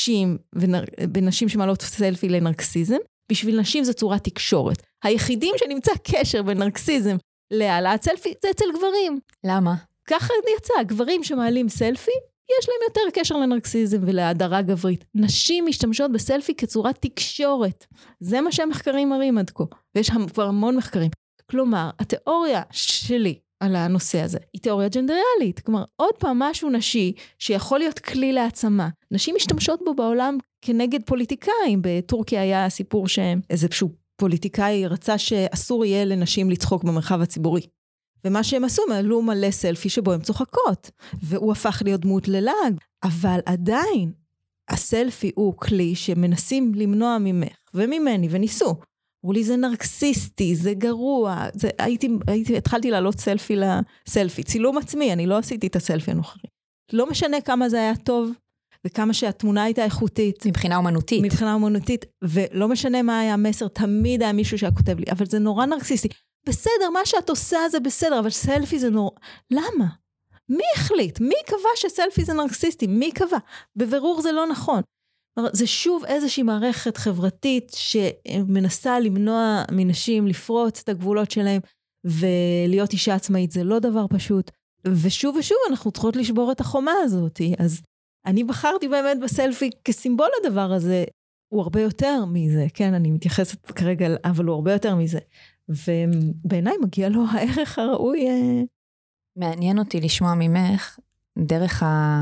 נשים שמעלות סלפי לנרקסיזם, בשביל נשים זה צורת תקשורת. היחידים שנמצא קשר בין נרקסיזם להעלאת סלפי, זה אצל גברים. למה? ככה יצא, גברים שמעלים סלפי, יש להם יותר קשר לנרקסיזם ולהדרה גברית. נשים משתמשות בסלפי כצורת תקשורת. זה מה שהמחקרים מראים עד כה. ויש כבר המון מחקרים. כלומר, התיאוריה שלי על הנושא הזה היא תיאוריה ג'נדריאלית. כלומר, עוד פעם משהו נשי שיכול להיות כלי להעצמה. נשים משתמשות בו בעולם כנגד פוליטיקאים. בטורקיה היה סיפור שאיזשהו פוליטיקאי רצה שאסור יהיה לנשים לצחוק במרחב הציבורי. ומה שהם עשו, הם עלו מלא סלפי שבו הם צוחקות, והוא הפך להיות דמות ללעג, אבל עדיין, הסלפי הוא כלי שמנסים למנוע ממך וממני, וניסו. אמרו לי, זה נרקסיסטי, זה גרוע, התחלתי לעלות סלפי, צילום עצמי, אני לא עשיתי את הסלפי הנוכחי. לא משנה כמה זה היה טוב, וכמה שהתמונה הייתה איכותית. מבחינה אומנותית. מבחינה אומנותית, ולא משנה מה היה המסר, תמיד היה מישהו שכותב לי, אבל זה נורא נרקסיסטי. בסדר, מה שאת עושה זה בסדר, אבל סלפי זה נורא. למה? מי החליט? מי קבע שסלפי זה נרקסיסטי? מי קבע? בבירור זה לא נכון. זה שוב איזושהי מערכת חברתית שמנסה למנוע מנשים לפרוץ את הגבולות שלהם, ולהיות אישה עצמאית זה לא דבר פשוט. ושוב ושוב אנחנו צריכות לשבור את החומה הזאת. אז אני בחרתי באמת בסלפי כסימבול לדבר הזה. הוא הרבה יותר מזה, כן? אני מתייחסת כרגע, אבל הוא הרבה יותר מזה. ובעיניי מגיע לו הערך הראוי. מעניין אותי לשמוע ממך, דרך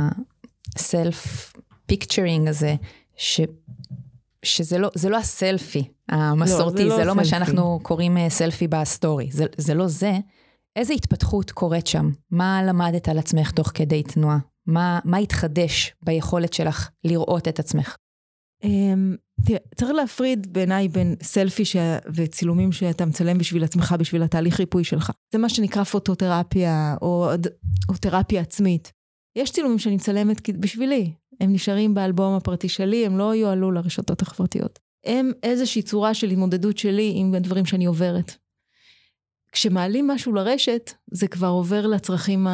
הסלף-פיקצ'רינג הזה, שזה לא הסלפי המסורתי, זה לא מה שאנחנו קוראים סלפי בסטורי, זה לא זה. איזה התפתחות קורית שם? מה למדת על עצמך תוך כדי תנועה? מה התחדש ביכולת שלך לראות את עצמך? תראה, צריך להפריד בעיניי בין סלפי וצילומים שאתה מצלם בשביל עצמך, בשביל התהליך ריפוי שלך. זה מה שנקרא פוטותרפיה או תרפיה עצמית. יש צילומים שאני מצלמת בשבילי. הם נשארים באלבום הפרטי שלי, הם לא יועלו לרשתות החברתיות. הם איזושהי צורה של התמודדות שלי עם הדברים שאני עוברת. כשמעלים משהו לרשת, זה כבר עובר לצרכים,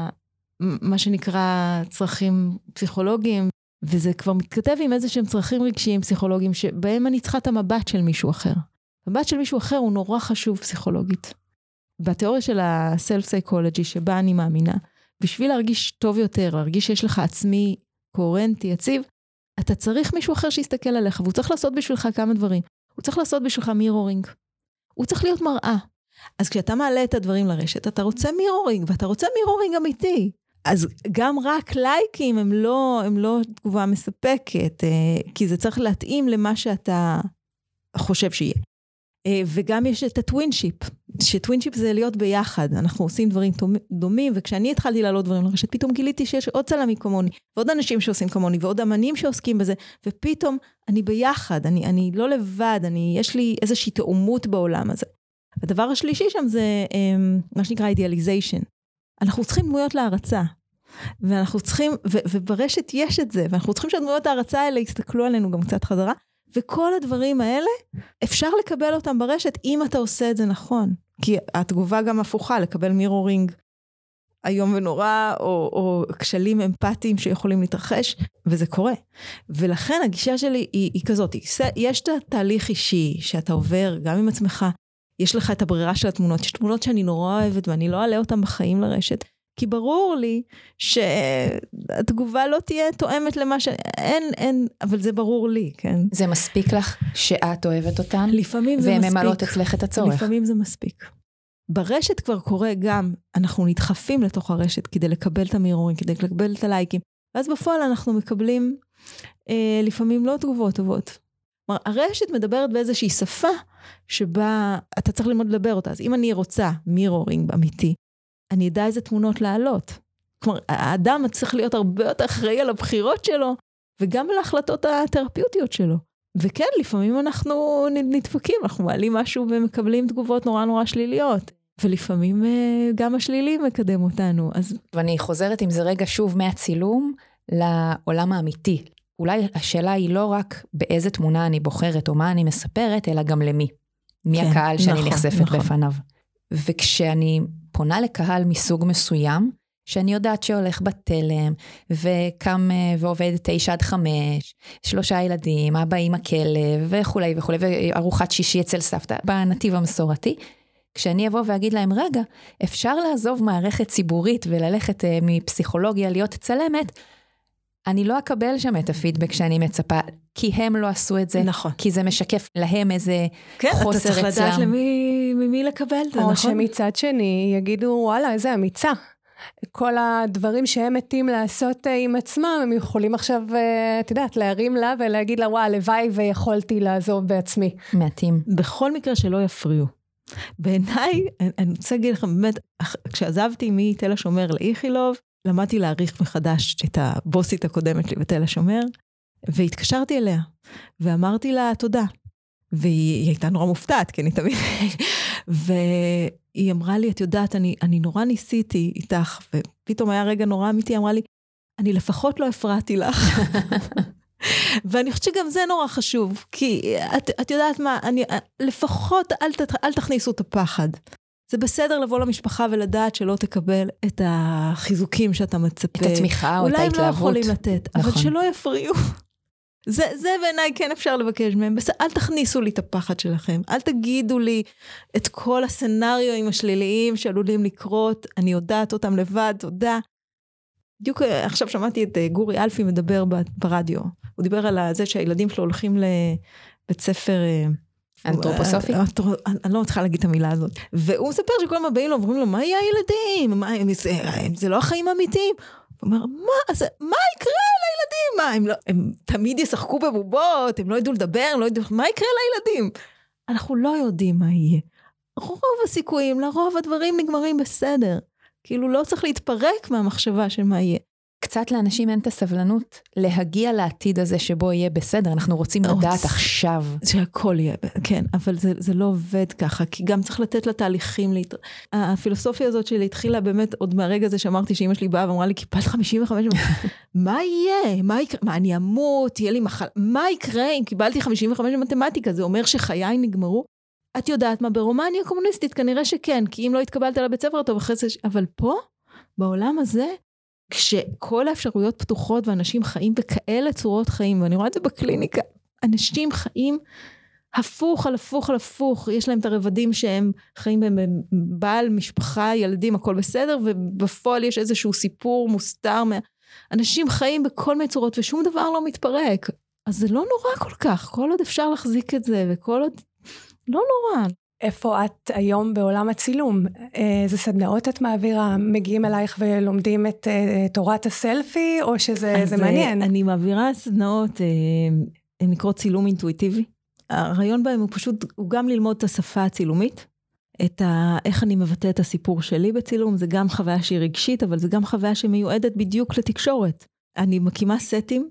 מה שנקרא צרכים פסיכולוגיים, וזה כבר מתכתב עם איזה שהם צרכים רגשיים פסיכולוגיים, שבהם אני צריכה את המבט של מישהו אחר. המבט של מישהו אחר הוא נורא חשוב פסיכולוגית. בתיאוריה של הסלף-סייקולוגי, שבה אני מאמינה, בשביל להרגיש טוב יותר, להרגיש שיש לך עצמי קוהרנטי, יציב, אתה צריך מישהו אחר שיסתכל עליך, והוא צריך לעשות בשבילך כמה דברים. הוא צריך לעשות בשבילך מירורינג. הוא צריך להיות מראה. אז כשאתה מעלה את הדברים לרשת, אתה רוצה מירורינג, ואתה רוצה מירורינג אמיתי. אז גם רק לייקים הם לא תגובה מספקת, כי זה צריך להתאים למה שאתה חושב שיהיה. וגם יש את הטווינשיפ, שטווינשיפ זה להיות ביחד, אנחנו עושים דברים דומים, וכשאני התחלתי לעלות דברים לרשת, פתאום גיליתי שיש עוד צלמים כמוני, ועוד אנשים שעושים כמוני, ועוד אמנים שעוסקים בזה, ופתאום אני ביחד, אני לא לבד, יש לי איזושהי תאומות בעולם הזה. הדבר השלישי שם זה מה שנקרא אידיאליזיישן. אנחנו צריכים דמויות להרצה, ואנחנו צריכים, וברשת יש את זה, ואנחנו צריכים שהדמויות ההרצה האלה יסתכלו עלינו גם קצת חזרה, וכל הדברים האלה, אפשר לקבל אותם ברשת, אם אתה עושה את זה נכון. כי התגובה גם הפוכה, לקבל מירורינג היום ונורא, או כשלים אמפתיים שיכולים להתרחש, וזה קורה. ולכן הגישה שלי היא כזאת, יש את התהליך אישי, שאתה עובר גם עם עצמך, יש לך את הברירה של התמונות, יש תמונות שאני נורא אוהבת, ואני לא אעלה אותם בחיים לרשת, כי ברור לי שהתגובה לא תהיה תואמת למה אין, אבל זה ברור לי, כן? זה מספיק לך שאת אוהבת אותן? לפעמים זה מספיק. והן ממלאות אצלך את הצורך? לפעמים זה מספיק. ברשת כבר קורה גם, אנחנו נדחפים לתוך הרשת, כדי לקבל את המירורינג, כדי לקבל את הלייקים, ואז בפועל אנחנו מקבלים, לפעמים לא תגובות טובות. כלומר, הרשת מדברת באיזושהי שפה, שבה אתה צריך ללמוד לדבר אותה. אז אם אני רוצה מירורינג אמיתי, אני אדע איזה תמונות לעלות. כלומר, האדם צריך להיות הרבה יותר אחראי על הבחירות שלו, וגם על ההחלטות התרפיוטיות שלו. וכן, לפעמים אנחנו נדפקים, אנחנו מעלים משהו ומקבלים תגובות נורא נורא שליליות, ולפעמים גם השלילי מקדם אותנו. ואני חוזרת עם זה רגע שוב מהצילום לעולם האמיתי. אולי השאלה היא לא רק באיזה תמונה אני בוחרת, או מה אני מספרת, אלא גם למי. מי כן, הקהל שאני נחשפת בפניו. וכשאני פונה לקהל מסוג מסוים, שאני יודעת שהולך בתלם, וקם ועובד 9-5, 3 ילדים, אבא עם הכלב, וכו' וכו', וארוחת שישי אצל סבתא, בנתיב המסורתי, כשאני אבוא ואגיד להם, רגע, אפשר לעזוב מערכת ציבורית, וללכת מפסיכולוגיה להיות צלמת, אני לא אקבל שם את הפידבק שאני מצפה, כי הם לא עשו את זה, נכון. כי זה משקף להם איזה כן, חוסר אצלם. כן, אתה צריך לדעת ממי לקבל את זה, נכון? או שמצד שני יגידו, וואלה, איזה אמיצה. כל הדברים שהם מתים לעשות עם עצמם, הם יכולים עכשיו, את יודעת, להרים לה ולהגיד לה, וואלה, לוואי ויכולתי לעזוב בעצמי. מעטים. בכל מקרה שלא יפריעו. בעיניי, אני רוצה להגיד לכם, באמת, כשעזבתי מתל השומר לאיכילוב, למדתי להעריך מחדש את הבוסית הקודמת שלי בתל השומר, והתקשרתי אליה, ואמרתי לה תודה. והיא הייתה נורא מופתעת, כי אני תמיד... והיא אמרה לי, את יודעת, אני נורא ניסיתי איתך, ופתאום היה רגע נורא אמיתי, אמרה לי, אני לפחות לא הפרעתי לך. ואני חושבת שגם זה נורא חשוב, כי את יודעת מה, לפחות אל תכניסו את הפחד. זה בסדר לבוא למשפחה ולדעת שלא תקבל את החיזוקים שאתה מצפה. את התמיכה או את ההתלהבות. אולי הם לא יכולים לתת, נכון. אבל שלא יפריעו. זה בעיניי כן אפשר לבקש מהם. אל תכניסו לי את הפחד שלכם. אל תגידו לי את כל הסצנריואים השליליים שעלולים לקרות. אני יודעת אותם לבד, תודה. בדיוק עכשיו שמעתי את גורי אלפי מדבר ברדיו. הוא דיבר על זה שהילדים שלו הולכים לבית ספר... אנתרופוסופי? אני לא צריכה להגיד את המילה הזאת. והוא מספר שכל הזמן באים לו, אומרים לו, מה יהיה הילדים? זה לא החיים האמיתיים. הוא אומר, מה יקרה לילדים? הם תמיד ישחקו בבובות, הם לא ידעו לדבר, מה יקרה לילדים? אנחנו לא יודעים מה יהיה. רוב הסיכויים, לרוב הדברים נגמרים בסדר. כאילו לא צריך להתפרק מהמחשבה של מה יהיה. קצת לאנשים אין את הסבלנות להגיע לעתיד הזה שבו יהיה בסדר, אנחנו רוצים לדעת עכשיו. שהכל יהיה, כן, אבל זה לא עובד ככה, כי גם צריך לתת לתהליכים, הפילוסופיה הזאת שלי התחילה באמת עוד מהרגע הזה שאמרתי שאמא שלי באה ואמרה לי, קיבלת 55, מה יהיה? מה אני אמות? יהיה לי מחל... מה יקרה אם קיבלתי 55 במתמטיקה? זה אומר שחיי נגמרו? את יודעת מה, ברומניה קומוניסטית כנראה שכן, כי אם לא התקבלת לבית ספר טוב אחרי זה, אבל פה, בעולם הזה, כשכל האפשרויות פתוחות ואנשים חיים בכאלה צורות חיים, ואני רואה את זה בקליניקה, אנשים חיים הפוך על הפוך על הפוך, יש להם את הרבדים שהם חיים בבעל, משפחה, ילדים, הכל בסדר, ובפועל יש איזשהו סיפור מוסתר, אנשים חיים בכל מיני צורות ושום דבר לא מתפרק, אז זה לא נורא כל כך, כל עוד אפשר להחזיק את זה, וכל עוד לא נורא. איפה את היום בעולם הצילום? איזה סדנאות את מעבירה? מגיעים אלייך ולומדים את תורת הסלפי, או שזה מעניין? אני מעבירה סדנאות, הן נקראות צילום אינטואיטיבי. הרעיון בהם הוא פשוט, הוא גם ללמוד את השפה הצילומית, איך אני מבטא את הסיפור שלי בצילום, זה גם חוויה שהיא רגשית, אבל זה גם חוויה שמיועדת בדיוק לתקשורת. אני מקימה סטים,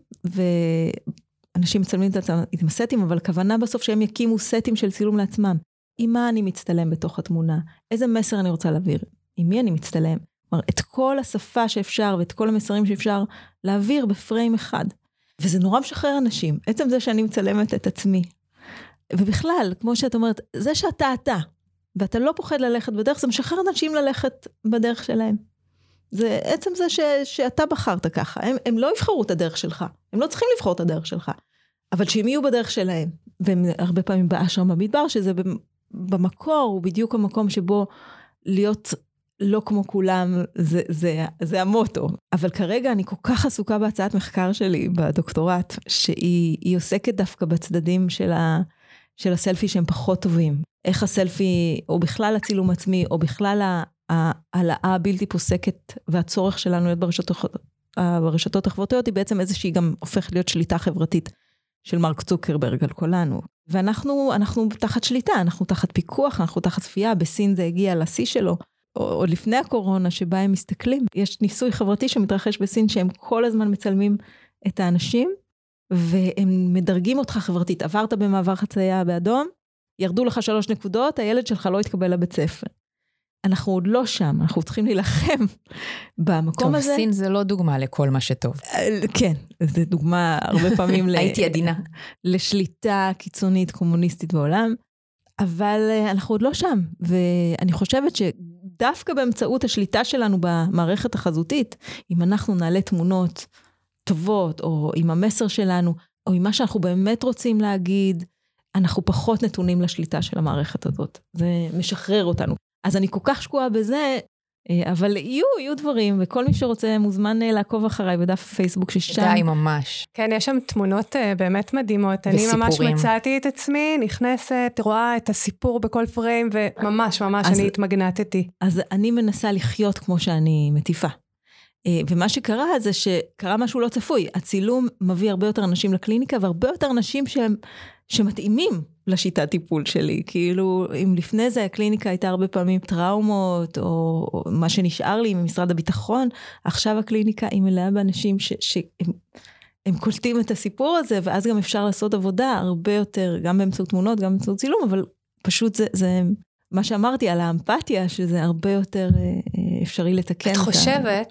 ואנשים מצלמים את הסטים, אבל הכוונה בסוף שהם יקימו סטים של צילום לעצמם. עם מה אני מצטלם בתוך התמונה? איזה מסר אני רוצה להעביר? עם מי אני מצטלם? כלומר, את כל השפה שאפשר, ואת כל המסרים שאפשר להעביר בפריים אחד. וזה נורא משחרר אנשים. עצם זה שאני מצלמת את עצמי. ובכלל, כמו שאת אומרת, זה שאתה אתה, ואתה לא פוחד ללכת בדרך, זה משחרר אנשים ללכת בדרך שלהם. זה עצם זה שאתה בחרת ככה. הם לא יבחרו את הדרך שלך. הם לא צריכים לבחור את הדרך שלך. אבל שהם יהיו בדרך שלהם. והם הרבה פעמים באשרם במדבר, שזה במקור, הוא בדיוק המקום שבו להיות לא כמו כולם, זה המוטו. אבל כרגע אני כל כך עסוקה בהצעת מחקר שלי, בדוקטורט, שהיא עוסקת דווקא בצדדים של הסלפי שהם פחות טובים. איך הסלפי, או בכלל הצילום עצמי, או בכלל העלאה הבלתי פוסקת, והצורך שלנו להיות ברשתות החברתיות, היא בעצם איזושהי גם הופכת להיות שליטה חברתית של מרק צוקרברג על כולנו. ואנחנו תחת שליטה, אנחנו תחת פיקוח, אנחנו תחת צפייה, בסין זה הגיע לשיא שלו, או לפני הקורונה שבה הם מסתכלים. יש ניסוי חברתי שמתרחש בסין, שהם כל הזמן מצלמים את האנשים, והם מדרגים אותך חברתית. עברת במעבר חצייה באדום, ירדו לך 3 נקודות, הילד שלך לא יתקבל לבית ספר. אנחנו עוד לא שם, אנחנו צריכים להילחם במקום הזה. טוב, סין זה לא דוגמה לכל מה שטוב. כן, זה דוגמה הרבה פעמים הייתי עדינה. לשליטה קיצונית קומוניסטית בעולם, אבל אנחנו עוד לא שם, ואני חושבת שדווקא באמצעות השליטה שלנו במערכת החזותית, אם אנחנו נעלה תמונות טובות, או עם המסר שלנו, או עם מה שאנחנו באמת רוצים להגיד, אנחנו פחות נתונים לשליטה של המערכת הזאת. זה משחרר אותנו. אז אני כל כך שקועה בזה, אבל יהיו דברים, וכל מי שרוצה מוזמן לעקוב אחריי בדף הפייסבוק ששם. די ממש. כן, יש שם תמונות באמת מדהימות. אני ממש מצאתי את עצמי, נכנסת, רואה את הסיפור בכל פריים, וממש ממש אני התמגנתתי. אז אני מנסה לחיות כמו שאני מטיפה. ומה שקרה זה שקרה משהו לא צפוי. הצילום מביא הרבה יותר אנשים לקליניקה, והרבה יותר אנשים שמתאימים לשיטת טיפול שלי. כאילו, אם לפני זה הקליניקה הייתה הרבה פעמים טראומות, או מה שנשאר לי ממשרד הביטחון, עכשיו הקליניקה היא מלאה באנשים שהם קולטים את הסיפור הזה, ואז גם אפשר לעשות עבודה הרבה יותר, גם באמצעות תמונות, גם באמצעות צילום, אבל פשוט זה מה שאמרתי על האמפתיה, שזה הרבה יותר אפשרי לתקן. את חושבת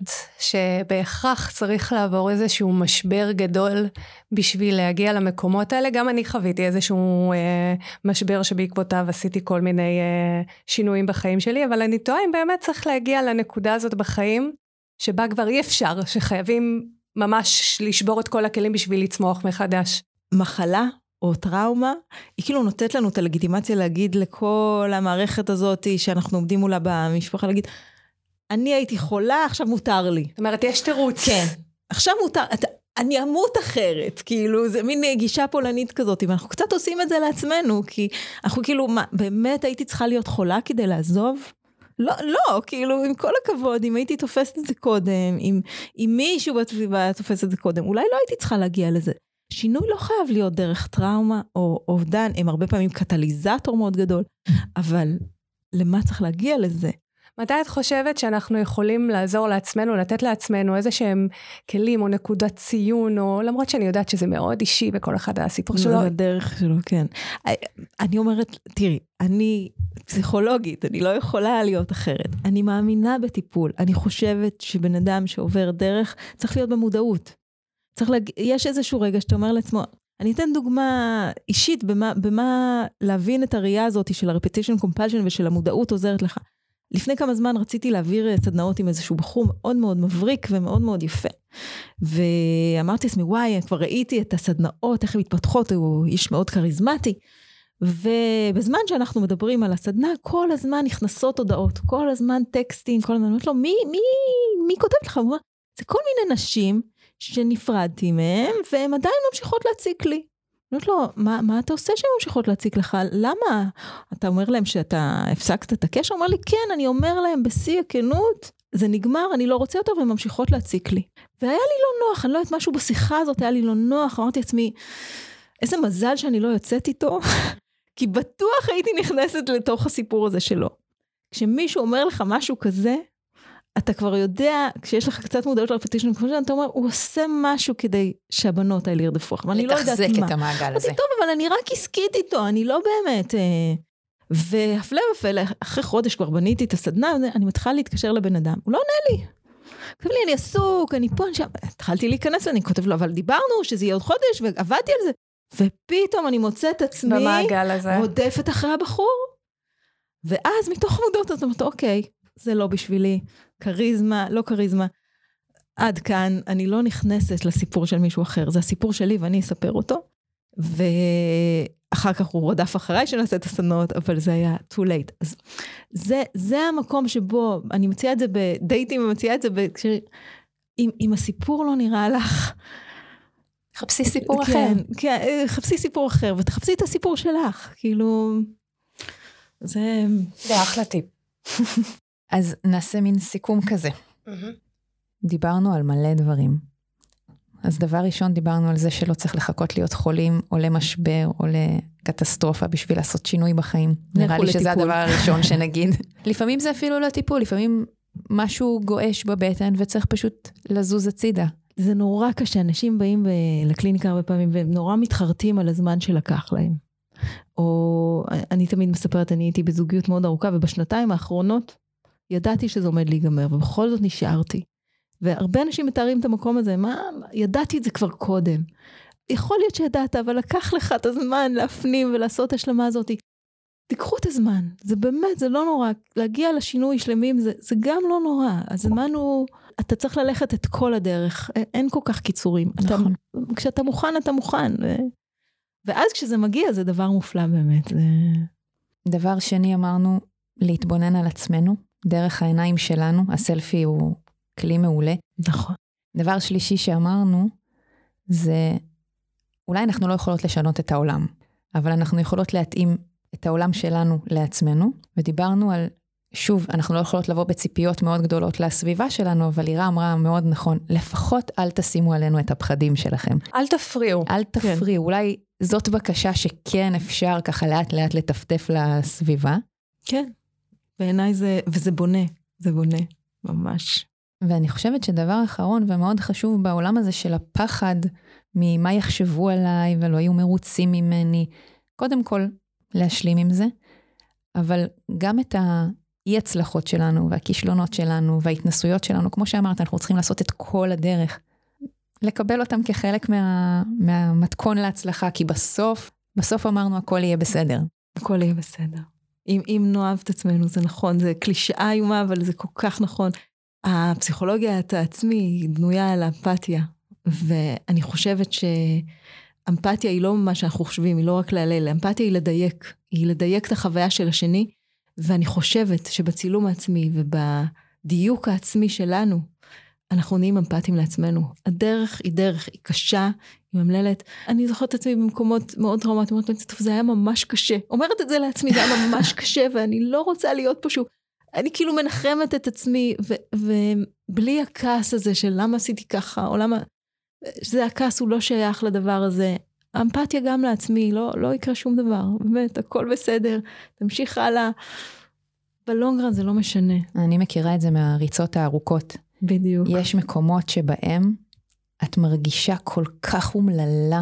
שבהכרח צריך לעבור איזשהו משבר גדול בשביל להגיע למקומות האלה? גם אני חוויתי איזשהו משבר שבעקבותיו עשיתי כל מיני שינויים בחיים שלי, אבל אני טועה אם באמת צריך להגיע לנקודה הזאת בחיים, שבה כבר אי אפשר, שחייבים ממש לשבור את כל הכלים בשביל לצמוח מחדש. מחלה או טראומה, היא כאילו נותנת לנו את הלגיטימציה להגיד לכל המערכת הזאת שאנחנו עומדים מולה במשפחה, להגיד, אני הייתי חולה, עכשיו מותר לי. זאת אומרת, יש תירוץ. כן, עכשיו מותר, אני אמות אחרת, כאילו, זה מין גישה פולנית כזאת, ואנחנו קצת עושים את זה לעצמנו, כי אנחנו כאילו, מה, באמת הייתי צריכה להיות חולה כדי לעזוב? לא, כאילו, עם כל הכבוד, אם הייתי תופסת את זה קודם, אם מישהו בסביבה תופסת את זה קודם, אולי לא הייתי צריכה להגיע לזה. שינוי לא חייב להיות דרך טראומה או אובדן, הם הרבה פעמים קטליזטור מאוד גדול, אבל למה צריך להגיע לזה? מתי את חושבת שאנחנו יכולים לעזור לעצמנו, לתת לעצמנו איזה שהם כלים או נקודת ציון, או למרות שאני יודעת שזה מאוד אישי בכל אחד הסיפור שלו. זה הדרך שלו, כן. אני אומרת, תראי, אני פסיכולוגית, אני לא יכולה להיות אחרת. אני מאמינה בטיפול. אני חושבת שבן אדם שעובר דרך צריך להיות במודעות. יש איזשהו רגע שאתה אומר לעצמו, אני אתן דוגמה אישית במה להבין את הראייה הזאת של ה-repetition compulsion ושל המודעות עוזרת לך. לפני כמה זמן רציתי להעביר סדנאות עם איזשהו בחור מאוד מאוד מבריק ומאוד מאוד יפה. ואמרתי לעצמי, וואי, כבר ראיתי את הסדנאות, איך הן מתפתחות, הוא איש מאוד כריזמטי. ובזמן שאנחנו מדברים על הסדנה, כל הזמן נכנסות הודעות, כל הזמן טקסטים, כל הזמן, אומרת לו, מי כותב לך? זה כל מיני נשים שנפרדתי מהם, והן עדיין ממשיכות להציק לי. אני אומרת לו, מה אתה עושה שהן ממשיכות להציק לך? למה? אתה אומר להם שאתה הפסקת את הקשר? הוא אומר לי, כן, אני אומר להם בשיא הכנות, זה נגמר, אני לא רוצה אותו, והן ממשיכות להציק לי. והיה לי לא נוח, אני לא יודעת משהו בשיחה הזאת, היה לי לא נוח, אמרתי לעצמי, איזה מזל שאני לא יוצאת איתו, כי בטוח הייתי נכנסת לתוך הסיפור הזה שלו. כשמישהו אומר לך משהו כזה, אתה כבר יודע, כשיש לך קצת מודעות לרפטישן, אתה אומר, הוא עושה משהו כדי שהבנות האלה ירדפו אחריו, ואני לא יודעת מה. לתחזק את המעגל הזה. טוב, אבל אני רק עסקית איתו, אני לא באמת... והפלא ופלא, אחרי חודש כבר בניתי את הסדנה, אני מתחילה להתקשר לבן אדם, הוא לא עונה לי. כתב לי, אני עסוק, אני פה, אני שם, התחלתי להיכנס, אני כותב לו, אבל דיברנו שזה יהיה עוד חודש, ועבדתי על זה, ופתאום אני מוצאת עצמי, במעגל הזה. רודפת אחרי הבחור, ואז מתוך מודעות, זאת אומרת, אוקיי, זה לא בשבילי, כריזמה, לא כריזמה, עד כאן, אני לא נכנסת לסיפור של מישהו אחר, זה הסיפור שלי ואני אספר אותו, ואחר כך הוא רודף אחריי שנעשה את הסדנות, אבל זה היה too late. אז זה המקום שבו, אני מציעה את זה בדייטים, אני מציעה את זה, אם הסיפור לא נראה לך, חפשי סיפור אחר. כן, חפשי סיפור אחר, ותחפשי את הסיפור שלך, כאילו, זה אחלה טיפ. אז נעשה מין סיכום כזה. דיברנו על מלא דברים. אז דבר ראשון דיברנו על זה שלא צריך לחכות להיות חולים, או למשבר, או לקטסטרופה בשביל לעשות שינוי בחיים. נראה לי שזה הדבר הראשון שנגיד. לפעמים זה אפילו לא טיפול, לפעמים משהו גואש בבטן, וצריך פשוט לזוז הצידה. זה נורא קשה, אנשים באים לקליניקה הרבה פעמים, והם נורא מתחרטים על הזמן שלקח להם. או אני תמיד מספרת, אני הייתי בזוגיות מאוד ארוכה, ובשנתיים האחרונות ידעתי שזה עומד להיגמר, ובכל זאת נשארתי. והרבה אנשים מתארים את המקום הזה, ידעתי את זה כבר קודם. יכול להיות שידעת, אבל לקח לך את הזמן להפנים ולעשות השלמה הזאת. תיקחו את הזמן, זה באמת, זה לא נורא. להגיע לשינוי שלמים, זה גם לא נורא. הזמן הוא, אתה צריך ללכת את כל הדרך, אין כל כך קיצורים. נכון. כשאתה מוכן, אתה מוכן. ואז כשזה מגיע, זה דבר מופלא באמת. דבר שני אמרנו, להתבונן על עצמנו, דרך העיניים שלנו, הסלפי הוא כלי מעולה. נכון. דבר שלישי שאמרנו, זה, אולי אנחנו לא יכולות לשנות את העולם, אבל אנחנו יכולות להתאים את העולם שלנו לעצמנו, ודיברנו על, שוב, אנחנו לא יכולות לבוא בציפיות מאוד גדולות לסביבה שלנו, אבל לירה אמרה מאוד נכון, לפחות אל תשימו עלינו את הפחדים שלכם. אל תפריעו. אל תפריעו, אולי זאת בקשה שכן אפשר ככה לאט לאט לטפטף לסביבה. כן, בעיניי זה, וזה בונה, זה בונה, ממש. ואני חושבת שדבר אחרון ומאוד חשוב בעולם הזה של הפחד ממה יחשבו עליי ולא יהיו מרוצים ממני, קודם כל להשלים עם זה, אבל גם את האי הצלחות שלנו והכישלונות שלנו וההתנסויות שלנו, כמו שאמרת, אנחנו צריכים לעשות את כל הדרך, לקבל אותם כחלק מהמתכון להצלחה, כי בסוף אמרנו הכל יהיה בסדר. הכל יהיה בסדר. אם נאהב את עצמנו, זה נכון, זה קלישאה איומה, אבל זה כל כך נכון. הפסיכולוגיה העצמי היא בנויה על אמפתיה, ואני חושבת שאמפתיה היא לא מה שאנחנו חושבים, היא לא רק להלל, אמפתיה היא לדייק את החוויה של השני, ואני חושבת שבצילום העצמי ובדיוק העצמי שלנו, אנחנו נהיים אמפתיים לעצמנו. הדרך היא דרך, היא קשה, היא ממללת. אני זוכרת את עצמי במקומות מאוד טראומטיים, זה היה ממש קשה. אומרת את זה לעצמי, זה היה ממש קשה, ואני לא רוצה להיות פה שוב. אני כאילו מנחמת את עצמי, ובלי הכעס הזה של למה עשיתי ככה, או למה, זה הכעס הוא לא שייך לדבר הזה. האמפתיה גם לעצמי, לא יקרה שום דבר. באמת, הכל בסדר, תמשיך הלאה. בלונגרן זה לא משנה. אני מכירה את זה מהריצות הארוכות. בדיוק. יש מקומות שבהם את מרגישה כל כך אומללה.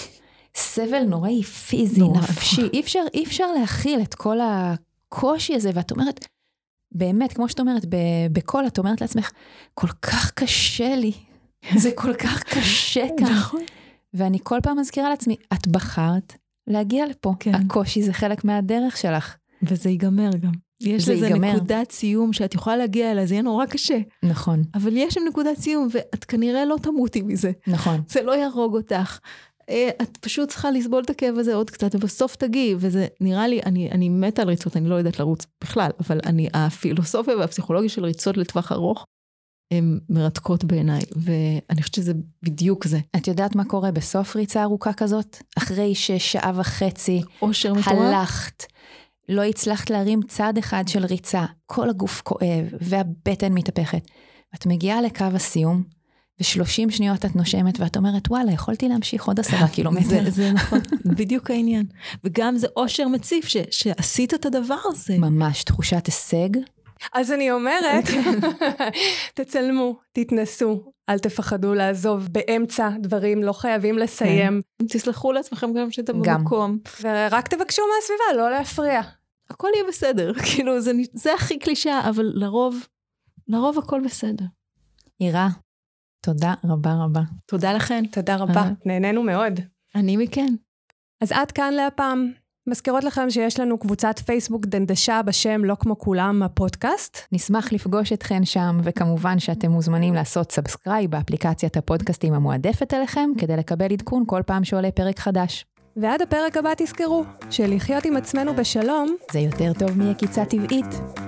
סבל נוראי פיזי, נפשי. אי אפשר להכיל את כל הקושי הזה, ואת אומרת, באמת, כמו שאת אומרת, בקול, את אומרת לעצמך, כל כך קשה לי. זה כל כך קשה כאן. נכון. ואני כל פעם מזכירה לעצמי, את בחרת להגיע לפה. כן. הקושי זה חלק מהדרך שלך. וזה ייגמר גם. יש לזה נקודת סיום שאת יכולה להגיע אליה, זה יהיה נורא קשה. נכון. אבל יש שם נקודת סיום, ואת כנראה לא תמותי מזה. נכון. זה לא ירוג אותך. את פשוט צריכה לסבול את הכאב הזה עוד קצת, ובסוף תגיעי, וזה נראה לי, אני מתה על ריצות, אני לא יודעת לרוץ בכלל, אבל הפילוסופיה והפסיכולוגיה של ריצות לטווח ארוך, הן מרתקות בעיניי, ואני חושבת שזה בדיוק זה. את יודעת מה קורה בסוף ריצה ארוכה כזאת? אחרי ששעה וחצי אושר מטורף. הלכת, לא הצלחת להרים צעד אחד של ריצה, כל הגוף כואב והבטן מתהפכת. את מגיעה לקו הסיום, ו30 שניות את נושמת, ואת אומרת, וואלה, יכולתי להמשיך עוד 10 קילומטר. זה נכון, בדיוק העניין. וגם זה אושר מציף, שעשית את הדבר הזה. ממש תחושת הישג. אז אני אומרת, תצלמו, תתנסו, אל תפחדו לעזוב באמצע דברים, לא חייבים לסיים. תסלחו לעצמכם גם שאתם במקום. ורק תבקשו מהסביבה, לא להפריע. הכל יהיה בסדר, כאילו זה הכי קלישה, אבל לרוב הכל בסדר. עירה, תודה רבה רבה. תודה לכן. תודה רבה, נהנינו מאוד. אני מכן. אז עד כאן להפעם. מזכירות לכם שיש לנו קבוצת פייסבוק דנדשה בשם לא כמו כולם הפודקאסט. נשמח לפגוש אתכן שם, וכמובן שאתם מוזמנים לעשות סאבסקרייב באפליקציית הפודקאסטים המועדפת אליכם, כדי לקבל עדכון כל פעם שעולה פרק חדש. ועד הפרק הבא תזכרו, שלחיות עם עצמנו בשלום, זה יותר טוב מיקיצה טבעית.